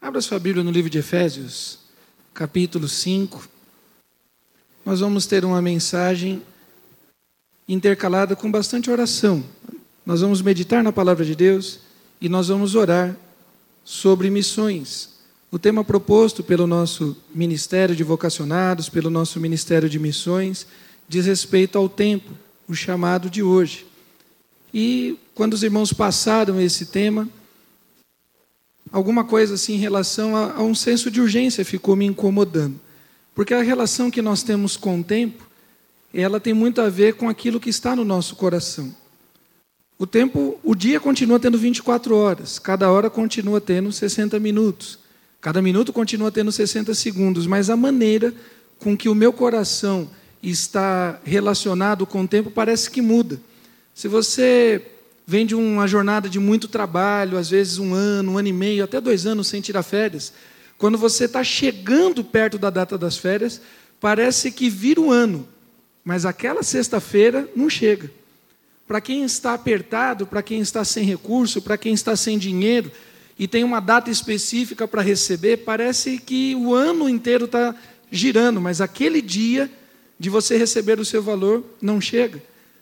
Abra sua Bíblia no livro de Efésios, capítulo 5. Nós vamos ter uma mensagem intercalada com bastante oração. Nós vamos meditar na palavra de Deus e nós vamos orar sobre missões. O tema proposto pelo nosso Ministério de Vocacionados, pelo nosso Ministério de Missões, diz respeito ao tempo, o chamado de hoje. E quando os irmãos passaram esse tema, alguma coisa assim em relação a um senso de urgência ficou me incomodando. Porque a relação que nós temos com o tempo, ela tem muito a ver com aquilo que está no nosso coração. O dia continua tendo 24 horas, cada hora continua tendo 60 minutos, cada minuto continua tendo 60 segundos, mas a maneira com que o meu coração está relacionado com o tempo parece que muda. Se você vem de uma jornada de muito trabalho, às vezes um ano e meio, até 2 anos sem tirar férias, quando você está chegando perto da data das férias, parece que vira o ano, mas aquela sexta-feira não chega. Para quem está apertado, para quem está sem recurso, para quem está sem dinheiro, e tem uma data específica para receber, parece que o ano inteiro está girando, mas aquele dia de você receber o seu valor não chega.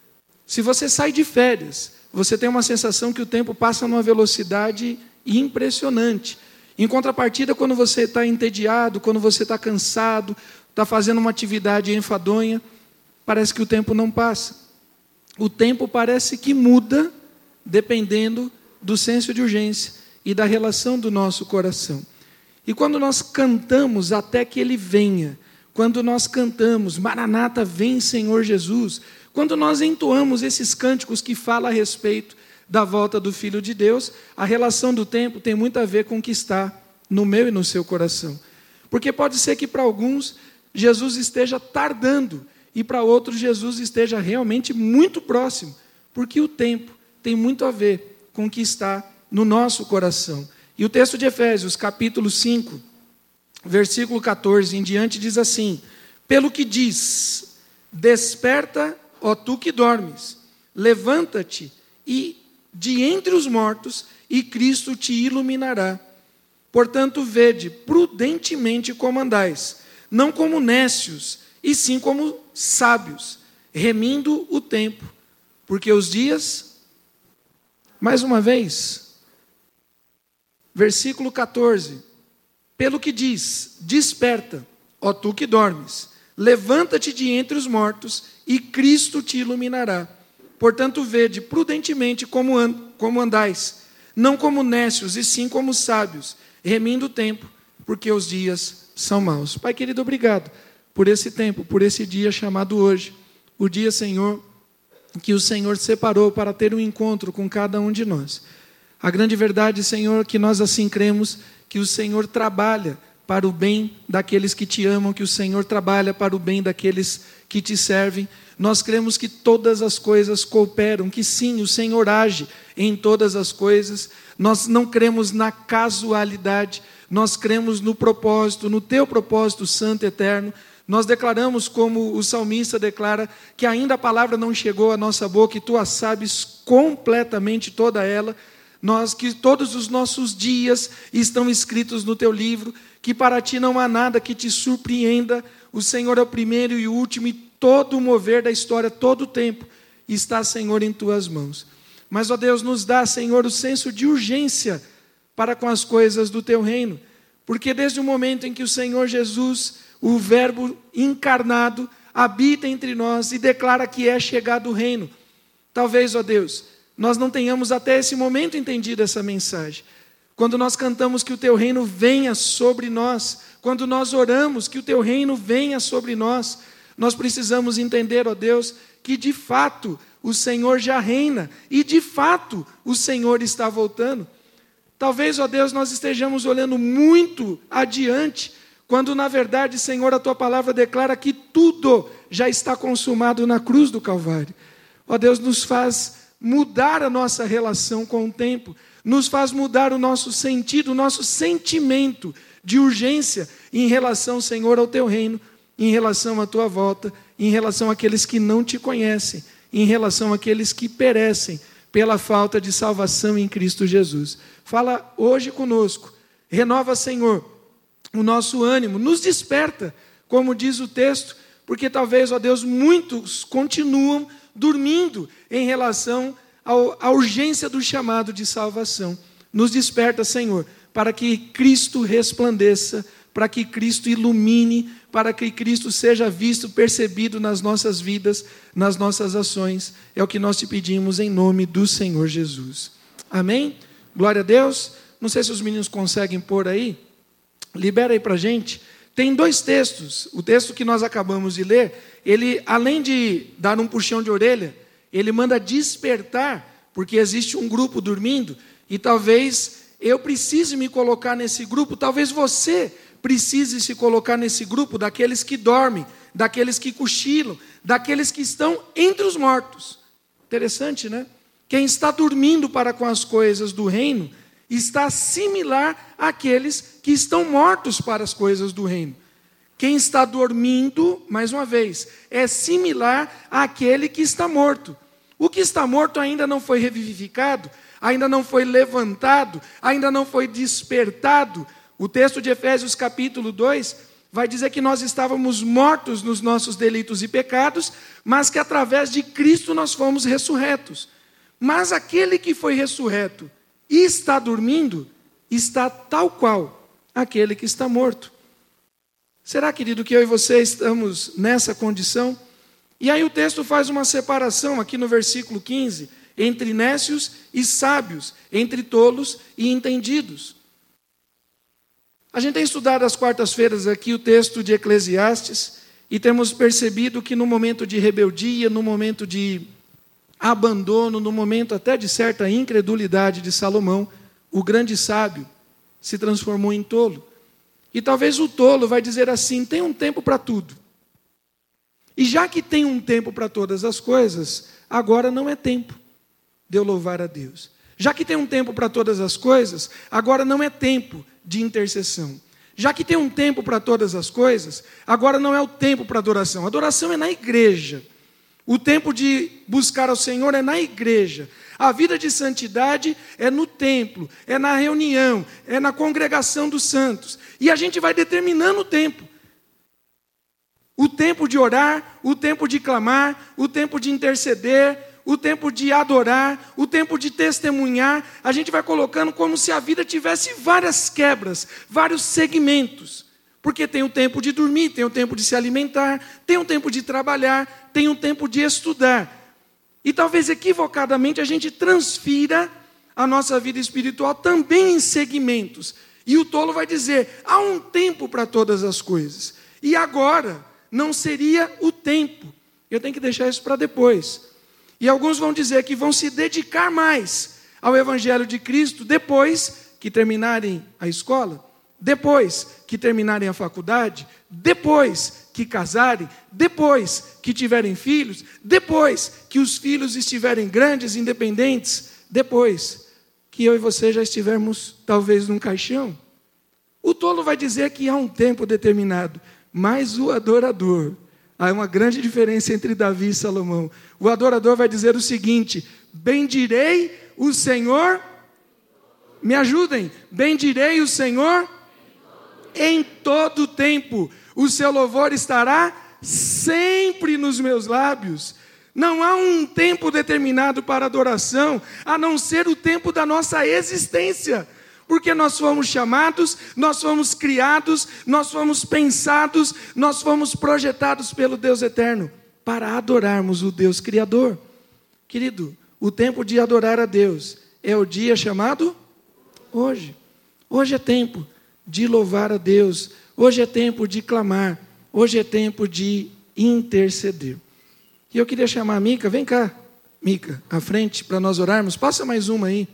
Se você sai de férias, você tem uma sensação que o tempo passa numa velocidade impressionante. Em contrapartida, quando você está entediado, quando você está cansado, está fazendo uma atividade enfadonha, parece que o tempo não passa. O tempo parece que muda dependendo do senso de urgência e da relação do nosso coração. E quando nós cantamos até que Ele venha, quando nós cantamos, Maranata, vem Senhor Jesus, quando nós entoamos esses cânticos que falam a respeito da volta do Filho de Deus, a relação do tempo tem muito a ver com o que está no meu e no seu coração. Porque pode ser que para alguns Jesus esteja tardando e para outros Jesus esteja realmente muito próximo, porque o tempo tem muito a ver com o que está no nosso coração. E o texto de Efésios, capítulo 5, versículo 14 em diante, diz assim: pelo que diz, desperta, ó tu que dormes, levanta-te e de entre os mortos, e Cristo te iluminará. Portanto, vede prudentemente como andais, não como nécios, e sim como sábios, remindo o tempo, porque os dias, mais uma vez, versículo 14, pelo que diz, desperta, ó tu que dormes, levanta-te de entre os mortos, e Cristo te iluminará. Portanto, vede prudentemente como andais, não como nécios, e sim como sábios, remindo o tempo, porque os dias são maus. Pai querido, obrigado por esse tempo, por esse dia chamado hoje. O dia, Senhor, que o Senhor separou para ter um encontro com cada um de nós. A grande verdade, Senhor, que nós assim cremos, que o Senhor trabalha para o bem daqueles que te amam, que o Senhor trabalha para o bem daqueles que te servem. Nós cremos que todas as coisas cooperam, que sim, o Senhor age em todas as coisas. Nós não cremos na casualidade, nós cremos no propósito, no teu propósito santo e eterno. Nós declaramos, como o salmista declara, que ainda a palavra não chegou à nossa boca e tu a sabes completamente toda ela. Que todos os nossos dias estão escritos no teu livro, que para ti não há nada que te surpreenda. O Senhor é o primeiro e o último, e todo o mover da história, todo o tempo, está, Senhor, em tuas mãos. Mas, ó Deus, nos dá, Senhor, o senso de urgência para com as coisas do teu reino, porque desde o momento em que o Senhor Jesus, o Verbo encarnado, habita entre nós e declara que é chegado o reino, talvez, ó Deus, nós não tenhamos até esse momento entendido essa mensagem. Quando nós cantamos que o teu reino venha sobre nós, quando nós oramos que o teu reino venha sobre nós, nós precisamos entender, ó Deus, que de fato o Senhor já reina e de fato o Senhor está voltando. Talvez, ó Deus, nós estejamos olhando muito adiante, quando na verdade, Senhor, a tua palavra declara que tudo já está consumado na cruz do Calvário. Ó Deus, nos faz mudar a nossa relação com o tempo, nos faz mudar o nosso sentido, o nosso sentimento de urgência em relação, Senhor, ao teu reino, em relação à tua volta, em relação àqueles que não te conhecem, em relação àqueles que perecem pela falta de salvação em Cristo Jesus. Fala hoje conosco, Renova, Senhor, o nosso ânimo, nos desperta, como diz o texto, porque talvez, ó Deus, muitos continuam dormindo em relação à urgência do chamado de salvação. Nos desperta, Senhor, para que Cristo resplandeça, para que Cristo ilumine, para que Cristo seja visto, percebido nas nossas vidas, nas nossas ações. É o que nós te pedimos em nome do Senhor Jesus. Amém? Glória a Deus. Não sei se os meninos conseguem pôr aí. Libera aí para a gente. Tem 2 textos. O texto que nós acabamos de ler, ele, além de dar um puxão de orelha, ele manda despertar, porque existe um grupo dormindo, e talvez eu precise me colocar nesse grupo, talvez você precise se colocar nesse grupo daqueles que dormem, daqueles que cochilam, daqueles que estão entre os mortos. Interessante, né? Quem está dormindo para com as coisas do reino está similar àqueles que estão mortos para as coisas do reino. Quem está dormindo, mais uma vez, é similar àquele que está morto. O que está morto ainda não foi revivificado, ainda não foi levantado, ainda não foi despertado. O texto de Efésios capítulo 2 vai dizer que nós estávamos mortos nos nossos delitos e pecados, mas que através de Cristo nós fomos ressurretos. Mas aquele que foi ressurreto e está dormindo, está tal qual aquele que está morto. Será, querido, que eu e você estamos nessa condição? E aí o texto faz uma separação aqui no versículo 15, entre nécios e sábios, entre tolos e entendidos. A gente tem estudado às quartas-feiras aqui o texto de Eclesiastes e temos percebido que no momento de rebeldia, no momento de abandono, no momento até de certa incredulidade de Salomão, o grande sábio se transformou em tolo. E talvez o tolo vai dizer assim: tem um tempo para tudo. E já que tem um tempo para todas as coisas, agora não é tempo de eu louvar a Deus. Já que tem um tempo para todas as coisas, agora não é tempo de intercessão. Já que tem um tempo para todas as coisas, agora não é o tempo para adoração. Adoração é na igreja. O tempo de buscar ao Senhor é na igreja. A vida de santidade é no templo, é na reunião, é na congregação dos santos. E a gente vai determinando o tempo. O tempo de orar, o tempo de clamar, o tempo de interceder, o tempo de adorar, o tempo de testemunhar. A gente vai colocando como se a vida tivesse várias quebras, vários segmentos. Porque tem o tempo de dormir, tem o tempo de se alimentar, tem o tempo de trabalhar, tem o tempo de estudar. E talvez equivocadamente a gente transfira a nossa vida espiritual também em segmentos. E o tolo vai dizer: há um tempo para todas as coisas. E agora não seria o tempo. Eu tenho que deixar isso para depois. E alguns vão dizer que vão se dedicar mais ao Evangelho de Cristo depois que terminarem a escola, depois que terminarem a faculdade, depois que casarem, depois que tiverem filhos, depois que os filhos estiverem grandes, independentes, depois que eu e você já estivermos talvez num caixão. O tolo vai dizer que há um tempo determinado, mas o adorador, há uma grande diferença entre Davi e Salomão. O adorador vai dizer o seguinte: bendirei o Senhor, me ajudem, bendirei o Senhor em todo o tempo, o seu louvor estará sempre nos meus lábios. Não há um tempo determinado para adoração, a não ser o tempo da nossa existência. Porque nós fomos chamados, nós fomos criados, nós fomos pensados, nós fomos projetados pelo Deus eterno para adorarmos o Deus Criador. Querido, o tempo de adorar a Deus é o dia chamado hoje. Hoje é tempo de louvar a Deus, hoje é tempo de clamar, hoje é tempo de interceder. E eu queria chamar a Mica, vem cá, Mica, à frente para nós orarmos. Passa mais uma aí.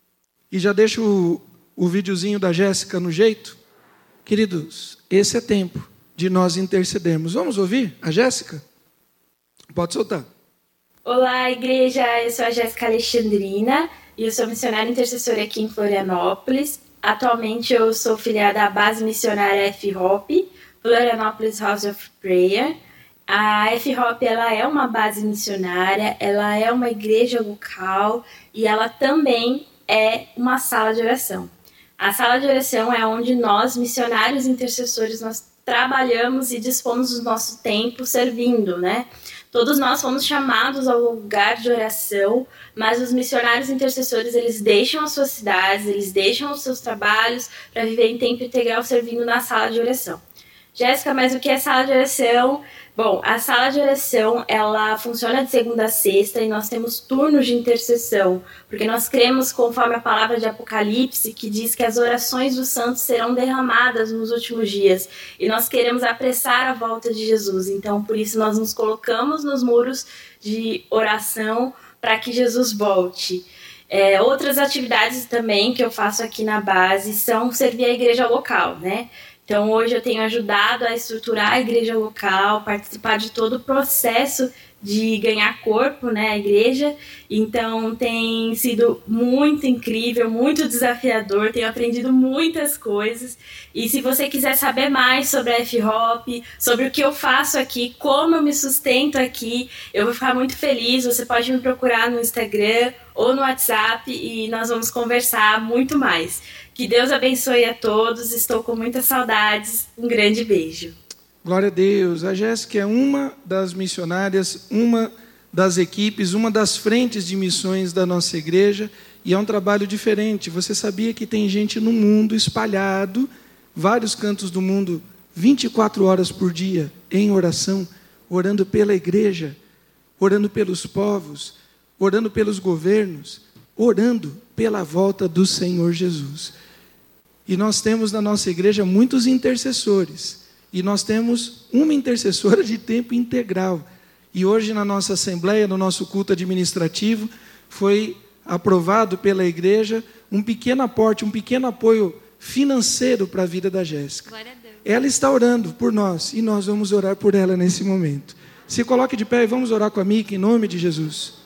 E já deixa o videozinho da Jéssica no jeito. Queridos, esse é tempo de nós intercedermos. Vamos ouvir a Jéssica? Pode soltar. Olá, igreja. Eu sou a Jéssica Alexandrina e eu sou missionária intercessora aqui em Florianópolis. Atualmente eu sou filiada à base missionária F-Hop, Florianópolis House of Prayer. A F-Hop, ela é uma base missionária, ela é uma igreja local e ela também é uma sala de oração. A sala de oração é onde nós, missionários intercessores, nós trabalhamos e dispomos do nosso tempo servindo, né? Todos nós fomos chamados ao lugar de oração, mas os missionários intercessores, eles deixam as suas cidades, eles deixam os seus trabalhos para viver em tempo integral servindo na sala de oração. Jéssica, mas o que é sala de oração? Bom, a sala de oração, ela funciona de segunda a sexta e nós temos turnos de intercessão, porque nós cremos, conforme a palavra de Apocalipse, que diz que as orações dos santos serão derramadas nos últimos dias, e nós queremos apressar a volta de Jesus. Então, por isso, nós nos colocamos nos muros de oração para que Jesus volte. Outras atividades também que eu faço aqui na base são servir a igreja local, né? Então, hoje eu tenho ajudado a estruturar a igreja local, participar de todo o processo de ganhar corpo, né, a igreja. Então, tem sido muito incrível, muito desafiador, tenho aprendido muitas coisas. E se você quiser saber mais sobre a F-Hop, sobre o que eu faço aqui, como eu me sustento aqui, eu vou ficar muito feliz. Você pode me procurar no Instagram ou no WhatsApp e nós vamos conversar muito mais. Que Deus abençoe a todos, estou com muitas saudades, um grande beijo. Glória a Deus. A Jéssica é uma das missionárias, uma das equipes, uma das frentes de missões da nossa igreja, e é um trabalho diferente. Você sabia que tem gente no mundo espalhado, vários cantos do mundo, 24 horas por dia, em oração, orando pela igreja, orando pelos povos, orando pelos governos, orando pela volta do Senhor Jesus. E nós temos na nossa igreja muitos intercessores. E nós temos uma intercessora de tempo integral. E hoje na nossa assembleia, no nosso culto administrativo, foi aprovado pela igreja um pequeno aporte, um pequeno apoio financeiro para a vida da Jéssica. Glória a Deus. Ela está orando por nós e nós vamos orar por ela nesse momento. Se coloque de pé e vamos orar com a Mica em nome de Jesus.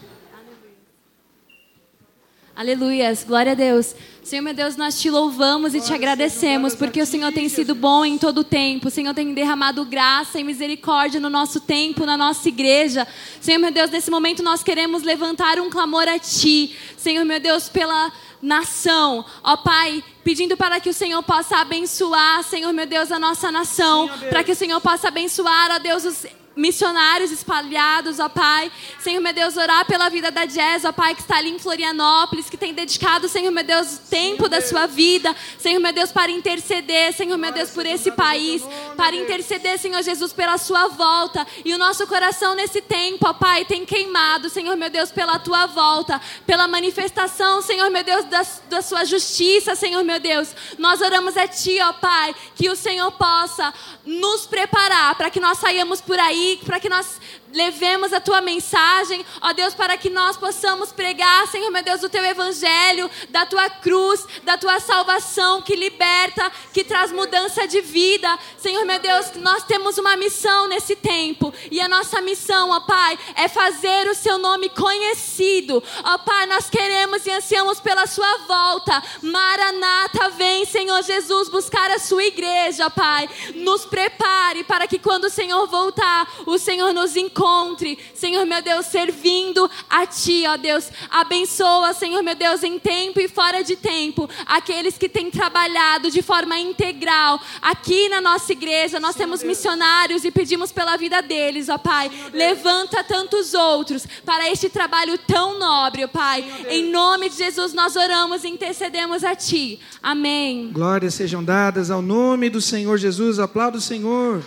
Aleluias, glória a Deus. Senhor, meu Deus, nós te louvamos e te agradecemos, porque o Senhor tem sido bom em todo o tempo. O Senhor tem derramado graça e misericórdia no nosso tempo, na nossa igreja. Senhor, meu Deus, nesse momento nós queremos levantar um clamor a Ti. Senhor, meu Deus, pela nação, ó Pai, pedindo para que o Senhor possa abençoar, Senhor, meu Deus, a nossa nação, para que o Senhor possa abençoar, ó Deus, os missionários espalhados, ó Pai. Senhor, meu Deus, orar pela vida da Jazz, ó Pai, que está ali em Florianópolis, que tem dedicado, Senhor, meu Deus, tempo da sua vida, Senhor, meu Deus, para interceder, Senhor, meu Deus, por esse país, para interceder, Senhor Jesus, pela sua volta. E o nosso coração nesse tempo, ó Pai, tem queimado, Senhor, meu Deus, pela tua volta, pela manifestação, Senhor, meu Deus, da sua justiça, Senhor, meu Deus. Nós oramos a Ti, ó Pai, que o Senhor possa nos preparar para que nós saímos por aí, para que nós levemos a Tua mensagem, ó Deus, para que nós possamos pregar, Senhor, meu Deus, o Teu Evangelho, da Tua cruz, da Tua salvação que liberta, que traz mudança de vida. Senhor, meu Deus, nós temos uma missão nesse tempo, e a nossa missão, ó Pai, é fazer o Seu nome conhecido. Ó Pai, nós queremos e ansiamos pela Sua volta. Maranata, vem, Senhor Jesus, buscar a Sua igreja, ó Pai. Nos prepare para que quando o Senhor voltar, o Senhor nos encontre, Senhor, meu Deus, servindo a Ti, ó Deus. Abençoa, Senhor, meu Deus, em tempo e fora de tempo, aqueles que têm trabalhado de forma integral aqui na nossa igreja. Nós temos missionários e pedimos pela vida deles, ó Pai. Levanta tantos outros para este trabalho tão nobre, ó Pai. Em nome de Jesus nós oramos e intercedemos a Ti. Amém. Glórias sejam dadas ao nome do Senhor Jesus. Aplauda o Senhor.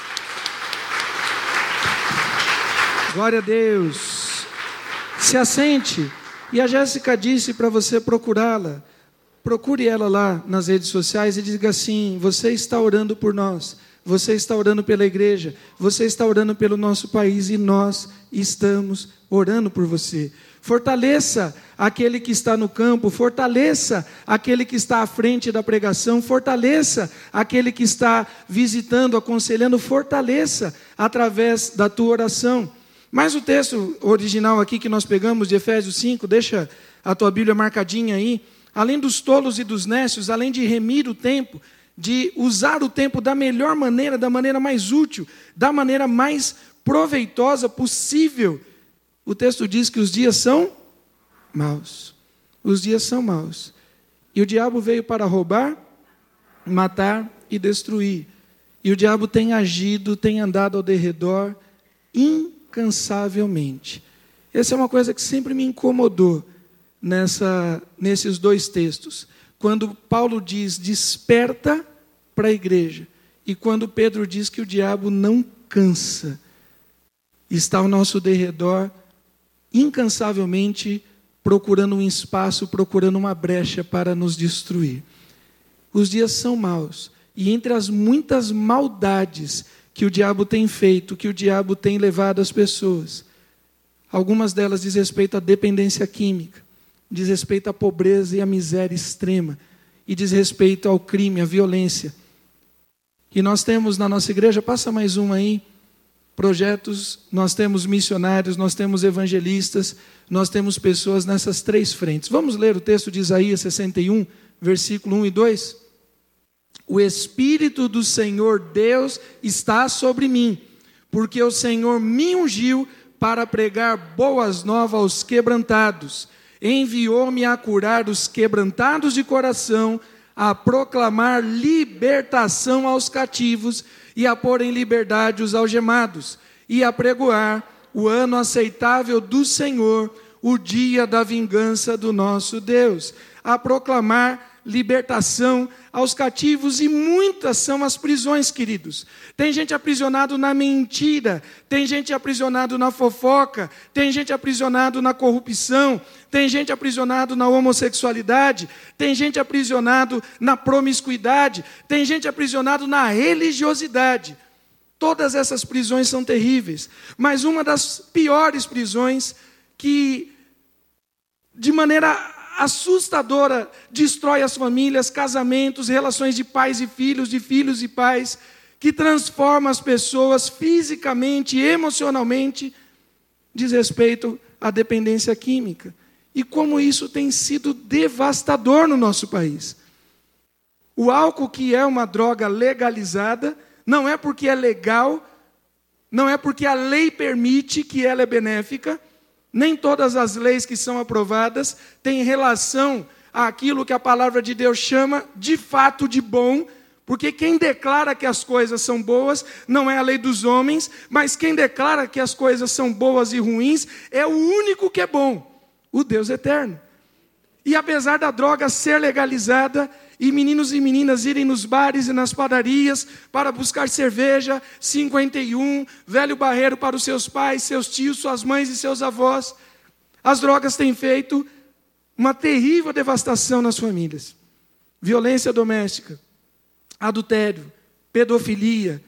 Glória a Deus. Se assente. E a Jéssica disse para você procurá-la. Procure ela lá nas redes sociais e diga assim: você está orando por nós, você está orando pela igreja, você está orando pelo nosso país e nós estamos orando por você. Fortaleça aquele que está no campo, fortaleça aquele que está à frente da pregação, fortaleça aquele que está visitando, aconselhando, fortaleça através da tua oração. Mas o texto original aqui que nós pegamos de Efésios 5, deixa a tua Bíblia marcadinha aí. Além dos tolos e dos nécios, além de remir o tempo, de usar o tempo da melhor maneira, da maneira mais útil, da maneira mais proveitosa possível, o texto diz que os dias são maus. Os dias são maus. E o diabo veio para roubar, matar e destruir. E o diabo tem agido, tem andado ao derredor incansavelmente. Essa é uma coisa que sempre me incomodou nesses dois textos. Quando Paulo diz, desperta para a igreja. E quando Pedro diz que o diabo não cansa. Está ao nosso derredor, incansavelmente, procurando um espaço, procurando uma brecha para nos destruir. Os dias são maus. E entre as muitas maldades que o diabo tem feito, que o diabo tem levado as pessoas, algumas delas diz respeito à dependência química, diz respeito à pobreza e à miséria extrema, e diz respeito ao crime, à violência. E nós temos na nossa igreja, passa mais um aí, projetos, nós temos missionários, nós temos evangelistas, nós temos pessoas nessas três frentes. Vamos ler o texto de Isaías 61, versículo 1 e 2? O Espírito do Senhor Deus está sobre mim, porque o Senhor me ungiu para pregar boas novas aos quebrantados. Enviou-me a curar os quebrantados de coração, a proclamar libertação aos cativos e a pôr em liberdade os algemados, e a pregoar o ano aceitável do Senhor, o dia da vingança do nosso Deus, a proclamar libertação aos cativos, e muitas são as prisões, queridos. Tem gente aprisionado na mentira, tem gente aprisionado na fofoca, tem gente aprisionado na corrupção, tem gente aprisionado na homossexualidade, tem gente aprisionado na promiscuidade, tem gente aprisionado na religiosidade. Todas essas prisões são terríveis, mas uma das piores prisões que, de maneira assustadora, destrói as famílias, casamentos, relações de pais e filhos, de filhos e pais, que transforma as pessoas fisicamente e emocionalmente, diz respeito à dependência química. E como isso tem sido devastador no nosso país. O álcool, que é uma droga legalizada, não é porque é legal, não é porque a lei permite que ela é benéfica. Nem todas as leis que são aprovadas têm relação àquilo que a palavra de Deus chama de fato de bom, porque quem declara que as coisas são boas não é a lei dos homens, mas quem declara que as coisas são boas e ruins é o único que é bom, o Deus eterno. E apesar da droga ser legalizada, e meninos e meninas irem nos bares e nas padarias para buscar cerveja, 51, velho barreiro para os seus pais, seus tios, suas mães e seus avós, as drogas têm feito uma terrível devastação nas famílias. Violência doméstica, adultério, pedofilia,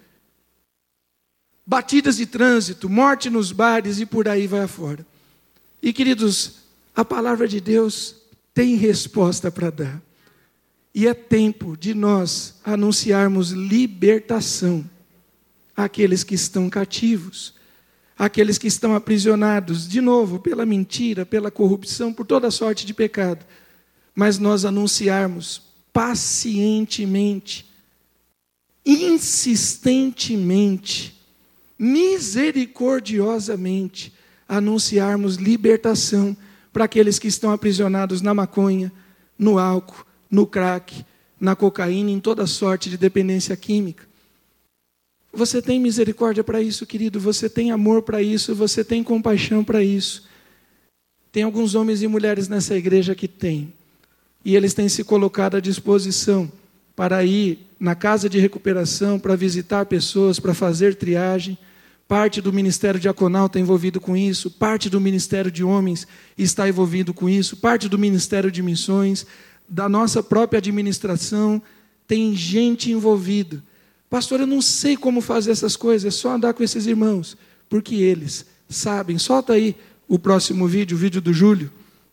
batidas de trânsito, morte nos bares e por aí vai afora. E queridos, a palavra de Deus tem resposta para dar. E é tempo de nós anunciarmos libertação àqueles que estão cativos, àqueles que estão aprisionados, de novo, pela mentira, pela corrupção, por toda sorte de pecado. Mas nós anunciarmos pacientemente, insistentemente, misericordiosamente, anunciarmos libertação para aqueles que estão aprisionados na maconha, no álcool, no crack, na cocaína, em toda sorte de dependência química. Você tem misericórdia para isso, querido? Você tem amor para isso? Você tem compaixão para isso? Tem alguns homens e mulheres nessa igreja que têm. E eles têm se colocado à disposição para ir na casa de recuperação, para visitar pessoas, para fazer triagem. Parte do Ministério Diaconal está envolvido com isso, parte do Ministério de Homens está envolvido com isso, parte do Ministério de Missões, da nossa própria administração, tem gente envolvida. Pastor, eu não sei como fazer essas coisas, é só andar com esses irmãos, porque eles sabem. Solta aí o próximo vídeo, o vídeo do Júlio.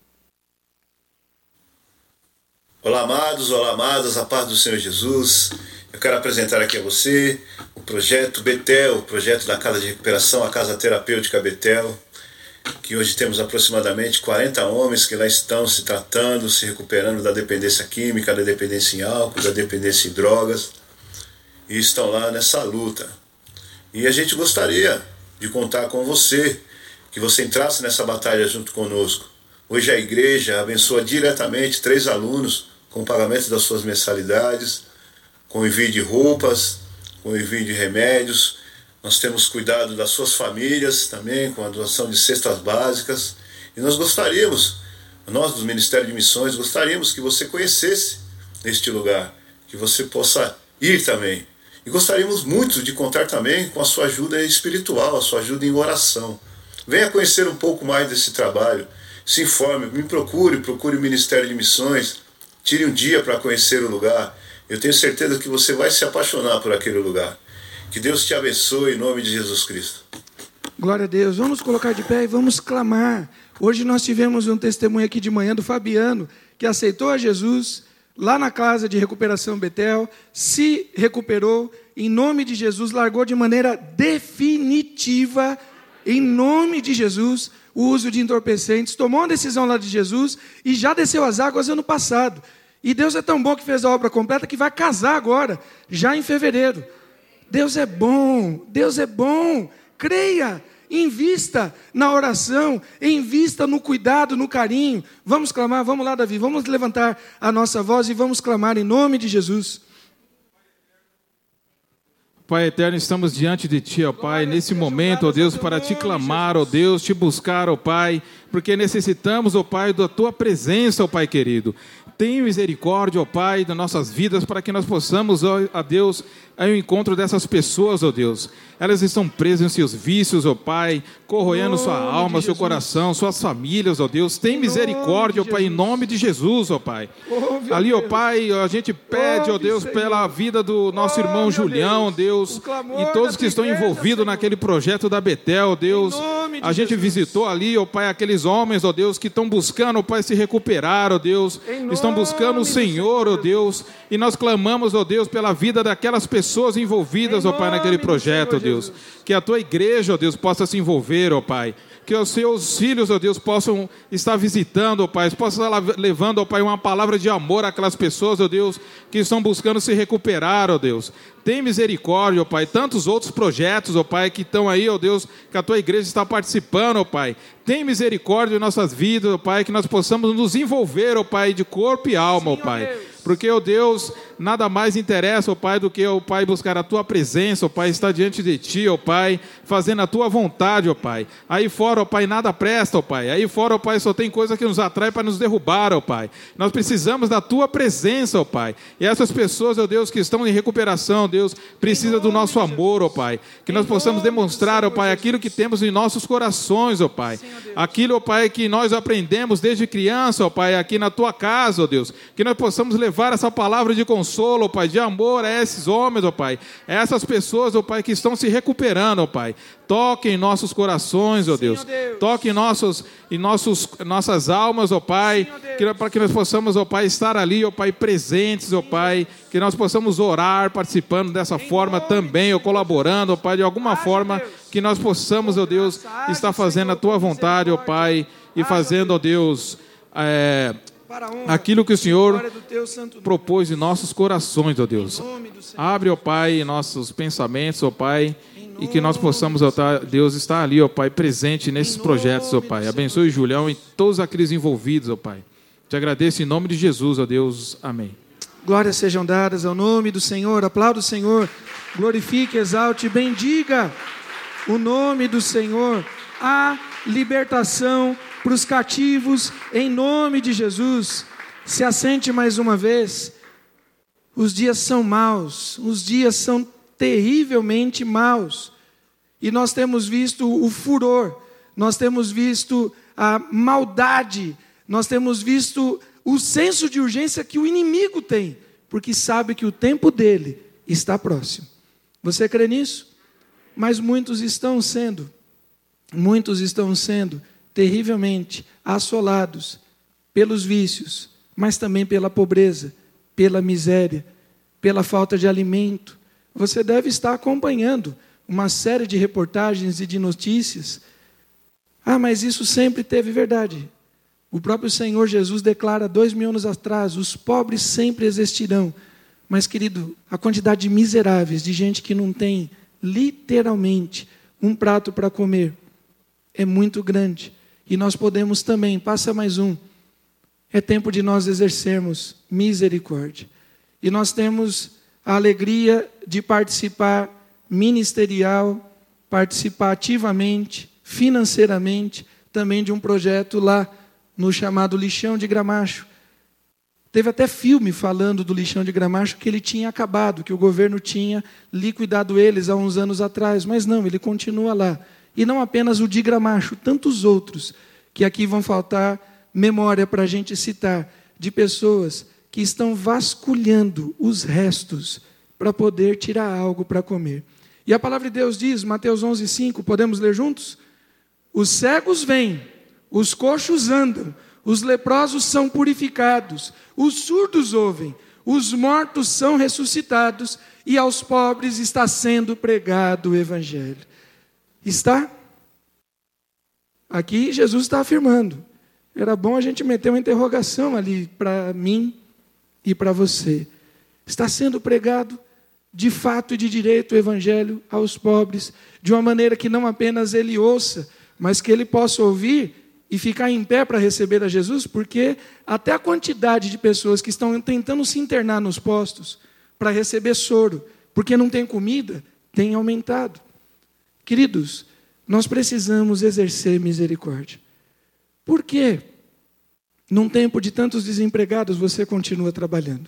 Olá, amadas, a paz do Senhor Jesus. Eu quero apresentar aqui a você o projeto Betel, o projeto da Casa de Recuperação, a Casa Terapêutica Betel, que hoje temos aproximadamente 40 homens que lá estão se tratando, se recuperando da dependência química, da dependência em álcool, da dependência em drogas, e estão lá nessa luta. E a gente gostaria de contar com você, que você entrasse nessa batalha junto conosco. Hoje a igreja abençoa diretamente 3 alunos com o pagamento das suas mensalidades, com o envio de roupas, com o envio de remédios. Nós temos cuidado das suas famílias também, com a doação de cestas básicas. E nós gostaríamos, nós do Ministério de Missões, gostaríamos que você conhecesse este lugar, que você possa ir também. E gostaríamos muito de contar também com a sua ajuda espiritual, a sua ajuda em oração. Venha conhecer um pouco mais desse trabalho, se informe, me procure o Ministério de Missões, tire um dia para conhecer o lugar. Eu tenho certeza que você vai se apaixonar por aquele lugar. Que Deus te abençoe em nome de Jesus Cristo. Glória a Deus. Vamos colocar de pé e vamos clamar. Hoje nós tivemos um testemunho aqui de manhã do Fabiano, que aceitou a Jesus lá na casa de recuperação Betel, se recuperou, em nome de Jesus, largou de maneira definitiva, em nome de Jesus, o uso de entorpecentes, tomou uma decisão lá de Jesus e já desceu as águas ano passado. E Deus é tão bom que fez a obra completa que vai casar agora, já em fevereiro. Deus é bom, Deus é bom. Creia, invista na oração, invista no cuidado, no carinho. Vamos clamar, vamos lá, Davi, vamos levantar a nossa voz e vamos clamar em nome de Jesus. Pai eterno, estamos diante de Ti, ó Pai, nesse momento, ó Deus, para Te clamar, ó Deus, Te buscar, ó Pai, porque necessitamos, ó Pai, da Tua presença, ó Pai querido. Tenha misericórdia, ó Pai, das nossas vidas, para que nós possamos, ó Deus, ao encontro dessas pessoas, ó Deus. Elas estão presas em seus vícios, ó Pai, corroendo sua alma, seu coração, suas famílias, ó Deus. Tem misericórdia, ó Pai, em nome de Jesus, ó Pai. Ali, ó Pai, a gente pede, ó Deus, pela vida do nosso irmão Julião, Deus, e todos que estão envolvidos naquele projeto da Betel, ó Deus. A gente visitou ali, ó Pai, aqueles homens, ó Deus, que estão buscando, ó Pai, se recuperar, ó Deus. Estão buscando o Senhor, ó Deus, e nós clamamos, ó Deus, pela vida daquelas pessoas envolvidas, ó Pai, naquele projeto, ó Deus. Que a Tua igreja, ó Deus, possa se envolver, ó Pai. Que os Seus filhos, ó Deus, possam estar visitando, ó Pai, possam estar levando, ó Pai, uma palavra de amor àquelas pessoas, ó Deus, que estão buscando se recuperar, ó Deus. Tem misericórdia, ó Pai, tantos outros projetos, ó Pai, que estão aí, ó Deus, que a Tua igreja está participando, ó Pai. Tem misericórdia em nossas vidas, ó Pai, que nós possamos nos envolver, ó Pai, de corpo e alma, ó Pai. Porque, ó Deus, nada mais interessa, ó Pai, do que, ó Pai, buscar a Tua presença, ó Pai, estar diante de Ti, ó Pai, fazendo a Tua vontade, ó Pai. Aí fora, ó Pai, nada presta, ó Pai. Aí fora, ó Pai, só tem coisa que nos atrai para nos derrubar, ó Pai. Nós precisamos da Tua presença, ó Pai. E essas pessoas, ó Deus, que estão em recuperação, ó Deus, precisam do nosso amor, ó Pai. Que nós possamos demonstrar, ó Pai, aquilo que temos em nossos corações, ó Pai. Aquilo, ó Pai, que nós aprendemos desde criança, ó Pai, aqui na Tua casa, ó Deus. Que nós possamos levar essa palavra de consolo, ó Pai, de amor a esses homens, ó Pai, a essas pessoas, ó Pai, que estão se recuperando, ó Pai. Toque em nossos corações, ó Deus. Toque em nossas almas, ó Pai, para que nós possamos, ó Pai, estar ali, ó Pai, presentes, ó Pai, que nós possamos orar, participando dessa forma também, ou colaborando, ó Pai, de alguma forma, que nós possamos, ó Deus, estar fazendo a Tua vontade, ó Pai, e fazendo, ó Deus, aquilo que o Senhor propôs em nossos corações, ó Deus. Abre, ó Pai, nossos pensamentos, ó Pai, e que nós possamos, ó Deus, estar ali, ó Pai, presente nesses projetos, ó Pai. Abençoe o Julião e todos aqueles envolvidos, ó Pai. Te agradeço em nome de Jesus, ó Deus. Amém. Glórias sejam dadas ao nome do Senhor. Aplauda o Senhor. Glorifique, exalte, bendiga o nome do Senhor. A libertação para os cativos, em nome de Jesus. Se assente mais uma vez. Os dias são maus, os dias são terrivelmente maus. E nós temos visto o furor, nós temos visto a maldade, nós temos visto o senso de urgência que o inimigo tem, porque sabe que o tempo dele está próximo. Você crê nisso? Mas muitos estão sendo terrivelmente assolados pelos vícios, mas também pela pobreza, pela miséria, pela falta de alimento. Você deve estar acompanhando uma série de reportagens e de notícias. Mas isso sempre teve verdade. O próprio Senhor Jesus declara 2000 anos atrás, os pobres sempre existirão. Mas, querido, a quantidade de miseráveis, de gente que não tem literalmente um prato para comer, é muito grande. E nós podemos também, passa mais um, é tempo de nós exercermos misericórdia. E nós temos a alegria de participar ministerial, participar ativamente, financeiramente, também de um projeto lá no chamado Lixão de Gramacho. Teve até filme falando do Lixão de Gramacho que ele tinha acabado, que o governo tinha liquidado eles há uns anos atrás, mas não, ele continua lá. E não apenas o de Gramacho, tantos outros, que aqui vão faltar memória para a gente citar, de pessoas que estão vasculhando os restos para poder tirar algo para comer. E a palavra de Deus diz, Mateus 11:5, podemos ler juntos? Os cegos vêm, os coxos andam, os leprosos são purificados, os surdos ouvem, os mortos são ressuscitados e aos pobres está sendo pregado o Evangelho. Está? Aqui Jesus está afirmando. Era bom a gente meter uma interrogação ali para mim e para você. Está sendo pregado de fato e de direito o Evangelho aos pobres, de uma maneira que não apenas ele ouça, mas que ele possa ouvir e ficar em pé para receber a Jesus, porque até a quantidade de pessoas que estão tentando se internar nos postos para receber soro, porque não tem comida, tem aumentado. Queridos, nós precisamos exercer misericórdia. Por quê? Num tempo de tantos desempregados, você continua trabalhando?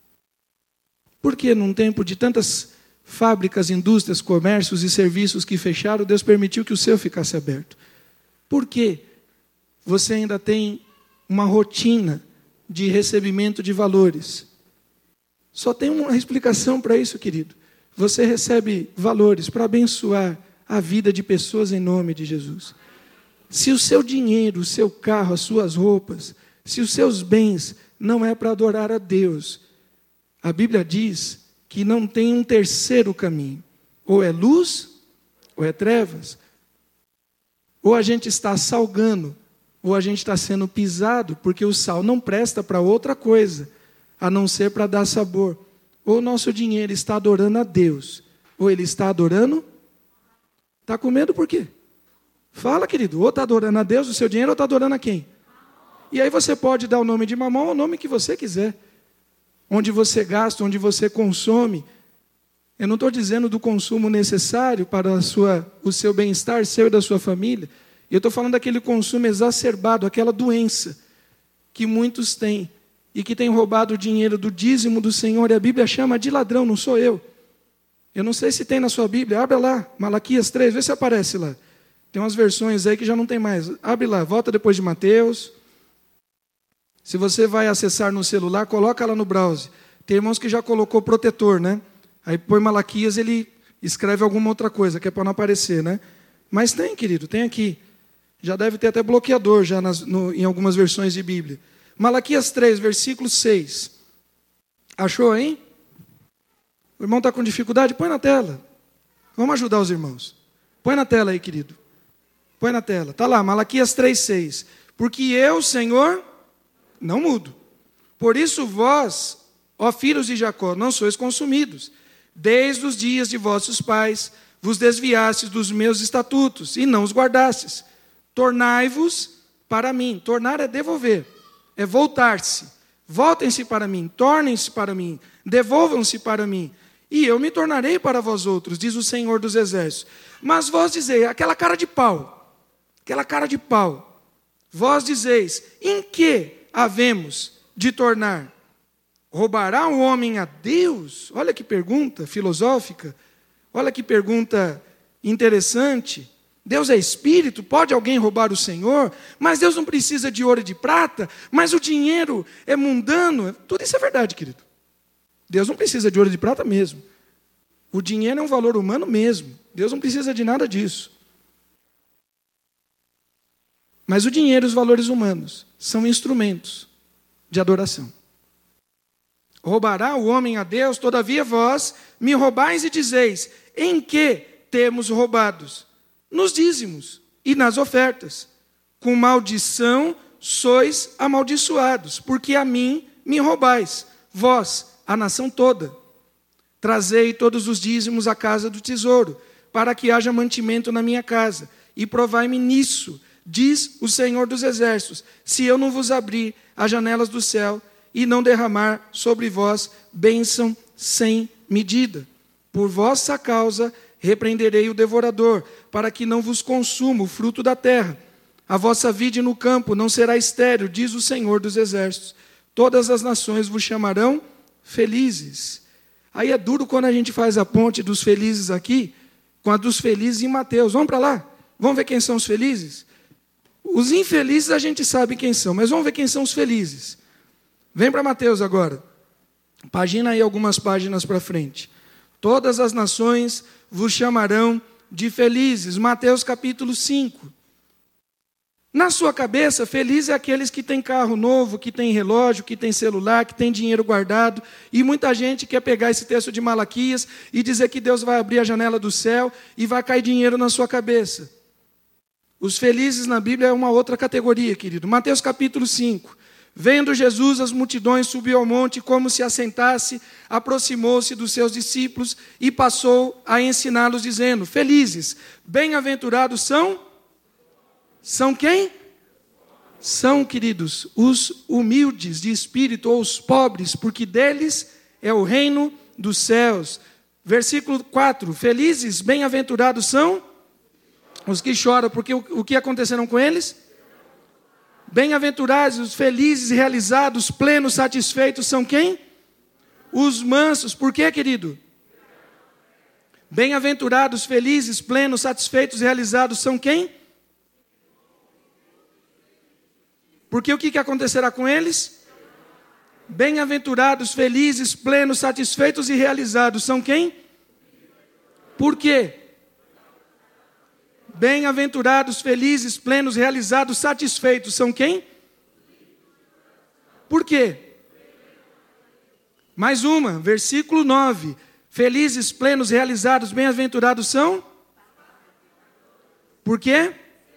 Por que num tempo de tantas fábricas, indústrias, comércios e serviços que fecharam, Deus permitiu que o seu ficasse aberto? Por quê? Você ainda tem uma rotina de recebimento de valores. Só tem uma explicação para isso, querido. Você recebe valores para abençoar a vida de pessoas em nome de Jesus. Se o seu dinheiro, o seu carro, as suas roupas, se os seus bens não é para adorar a Deus, a Bíblia diz que não tem um terceiro caminho. Ou é luz, ou é trevas. Ou a gente está salgando, ou a gente está sendo pisado, porque o sal não presta para outra coisa, a não ser para dar sabor. Ou o nosso dinheiro está adorando a Deus, ou ele está adorando... Está com medo por quê? Fala, querido, ou está adorando a Deus, o seu dinheiro, ou está adorando a quem? E aí você pode dar o nome de mamão ou o nome que você quiser. Onde você gasta, onde você consome. Eu não estou dizendo do consumo necessário para o seu bem-estar, seu e da sua família. Eu estou falando daquele consumo exacerbado, aquela doença que muitos têm e que tem roubado o dinheiro do dízimo do Senhor. E a Bíblia chama de ladrão, não sou eu. Eu não sei se tem na sua Bíblia, abre lá, Malaquias 3, vê se aparece lá. Tem umas versões aí que já não tem mais. Abre lá, volta depois de Mateus. Se você vai acessar no celular, coloca lá no browser. Tem irmãos que já colocou protetor, né? Aí põe Malaquias, ele escreve alguma outra coisa, que é para não aparecer, né? Mas tem, querido, tem aqui. Já deve ter até bloqueador já em algumas versões de Bíblia. Malaquias 3, versículo 6. Achou, hein? O irmão está com dificuldade? Põe na tela. Vamos ajudar os irmãos. Põe na tela aí, querido. Põe na tela. Está lá, Malaquias 3,6. Porque eu, Senhor, não mudo. Por isso vós, ó filhos de Jacó, não sois consumidos. Desde os dias de vossos pais vos desviastes dos meus estatutos e não os guardastes. Tornai-vos para mim. Tornar é devolver, é voltar-se. Voltem-se para mim, tornem-se para mim, devolvam-se para mim. E eu me tornarei para vós outros, diz o Senhor dos Exércitos. Mas vós dizeis, aquela cara de pau, vós dizeis, em que havemos de tornar? Roubará o homem a Deus? Olha que pergunta filosófica, olha que pergunta interessante. Deus é espírito, pode alguém roubar o Senhor? Mas Deus não precisa de ouro e de prata, mas o dinheiro é mundano. Tudo isso é verdade, querido. Deus não precisa de ouro e de prata mesmo. O dinheiro é um valor humano mesmo. Deus não precisa de nada disso. Mas o dinheiro e os valores humanos são instrumentos de adoração. Roubará o homem a Deus? Todavia vós me roubais e dizeis, em que temos roubados? Nos dízimos e nas ofertas. Com maldição sois amaldiçoados, porque a mim me roubais, vós, a nação toda. Trazei todos os dízimos à casa do tesouro, para que haja mantimento na minha casa, e provai-me nisso, diz o Senhor dos Exércitos, se eu não vos abrir as janelas do céu, e não derramar sobre vós bênção sem medida. Por vossa causa repreenderei o devorador, para que não vos consuma o fruto da terra. A vossa vide no campo não será estéril, diz o Senhor dos Exércitos. Todas as nações vos chamarão felizes. Aí é duro quando a gente faz a ponte dos felizes aqui com a dos felizes em Mateus. Vamos para lá? Vamos ver quem são os felizes? Os infelizes a gente sabe quem são, mas vamos ver quem são os felizes. Vem para Mateus agora. Pagina aí algumas páginas para frente. Todas as nações vos chamarão de felizes. Mateus capítulo 5. Na sua cabeça, feliz é aqueles que têm carro novo, que têm relógio, que têm celular, que têm dinheiro guardado. E muita gente quer pegar esse texto de Malaquias e dizer que Deus vai abrir a janela do céu e vai cair dinheiro na sua cabeça. Os felizes na Bíblia é uma outra categoria, querido. Mateus capítulo 5. Vendo Jesus as multidões, subiu ao monte, como se assentasse, aproximou-se dos seus discípulos e passou a ensiná-los, dizendo: felizes, bem-aventurados são quem? São, queridos, os humildes de espírito, ou os pobres, porque deles é o reino dos céus. Versículo 4, felizes, bem-aventurados são os que choram, porque o que aconteceram com eles? Bem-aventurados, os felizes, realizados, plenos, satisfeitos são quem? Os mansos. Por quê, querido? Bem-aventurados, felizes, plenos, satisfeitos, realizados são quem? Porque o que acontecerá com eles? Bem-aventurados, felizes, plenos, satisfeitos e realizados são quem? Por quê? Bem-aventurados, felizes, plenos, realizados, satisfeitos são quem? Por quê? Mais uma, versículo 9. Felizes, plenos, realizados, bem-aventurados são? Por quê?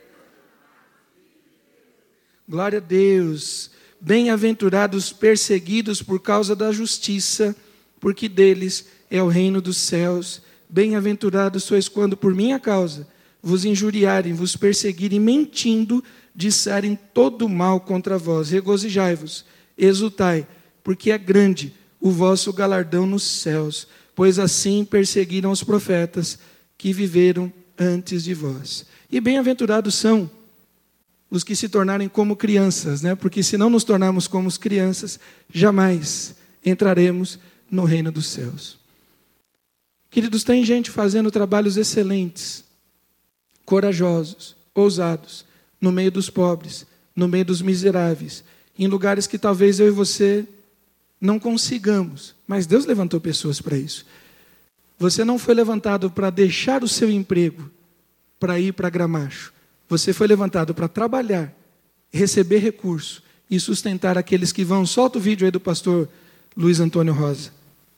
Glória a Deus. Bem-aventurados perseguidos por causa da justiça, porque deles é o reino dos céus. Bem-aventurados sois quando por minha causa vos injuriarem, vos perseguirem, mentindo, disserem todo mal contra vós. Regozijai-vos, exultai, porque é grande o vosso galardão nos céus, pois assim perseguiram os profetas que viveram antes de vós. E bem-aventurados são os que se tornarem como crianças, né? Porque se não nos tornarmos como crianças, jamais entraremos no reino dos céus. Queridos, tem gente fazendo trabalhos excelentes, corajosos, ousados, no meio dos pobres, no meio dos miseráveis, em lugares que talvez eu e você não consigamos, mas Deus levantou pessoas para isso. Você não foi levantado para deixar o seu emprego para ir para Gramacho. Você foi levantado para trabalhar, receber recurso e sustentar aqueles que vão. Solta o vídeo aí do pastor Luiz Antônio Rosa.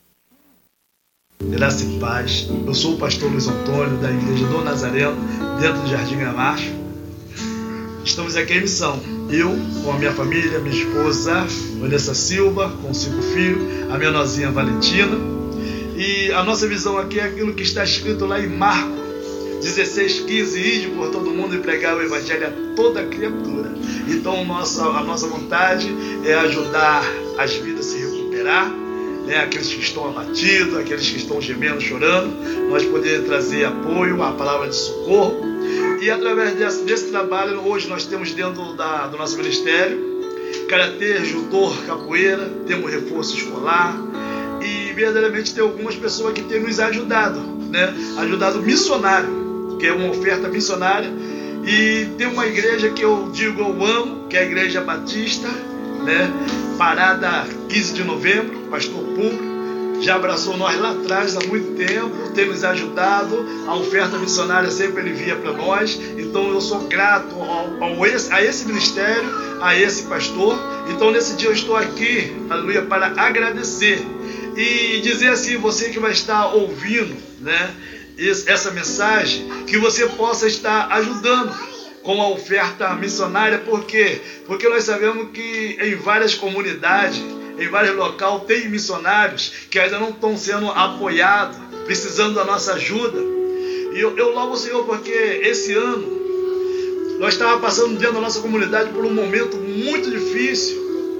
Graça e paz. Eu sou o pastor Luiz Antônio, da Igreja do Nazareno, dentro do Jardim Gramacho. Estamos aqui em missão. Eu, com a minha família, minha esposa, Vanessa Silva, com 5 filhos, a minha nozinha Valentina. E a nossa visão aqui é aquilo que está escrito lá em Marcos 16:15, ide por todo mundo e pregar o evangelho a toda criatura. Então a nossa vontade é ajudar as vidas a se recuperar, né? Aqueles que estão abatidos, aqueles que estão gemendo, chorando, nós poder trazer apoio, a palavra de socorro. E através desse trabalho, hoje nós temos dentro do nosso ministério karatê, judô, capoeira, temos reforço escolar e verdadeiramente tem algumas pessoas que têm nos ajudado, né? Ajudado missionário, que é uma oferta missionária. E tem uma igreja que eu digo eu amo, que é a Igreja Batista, né? Parada 15 de novembro, pastor Público, já abraçou nós lá atrás há muito tempo, tem nos ajudado, a oferta missionária sempre ele envia para nós. Então eu sou grato a esse ministério, a esse pastor. Então nesse dia eu estou aqui, aleluia, para agradecer e dizer assim, você que vai estar ouvindo, né, essa mensagem, que você possa estar ajudando com a oferta missionária. Por quê? Porque nós sabemos que em várias comunidades, em vários locais, tem missionários que ainda não estão sendo apoiados, precisando da nossa ajuda. E eu louvo o Senhor porque esse ano nós estávamos passando dentro da nossa comunidade por um momento muito difícil.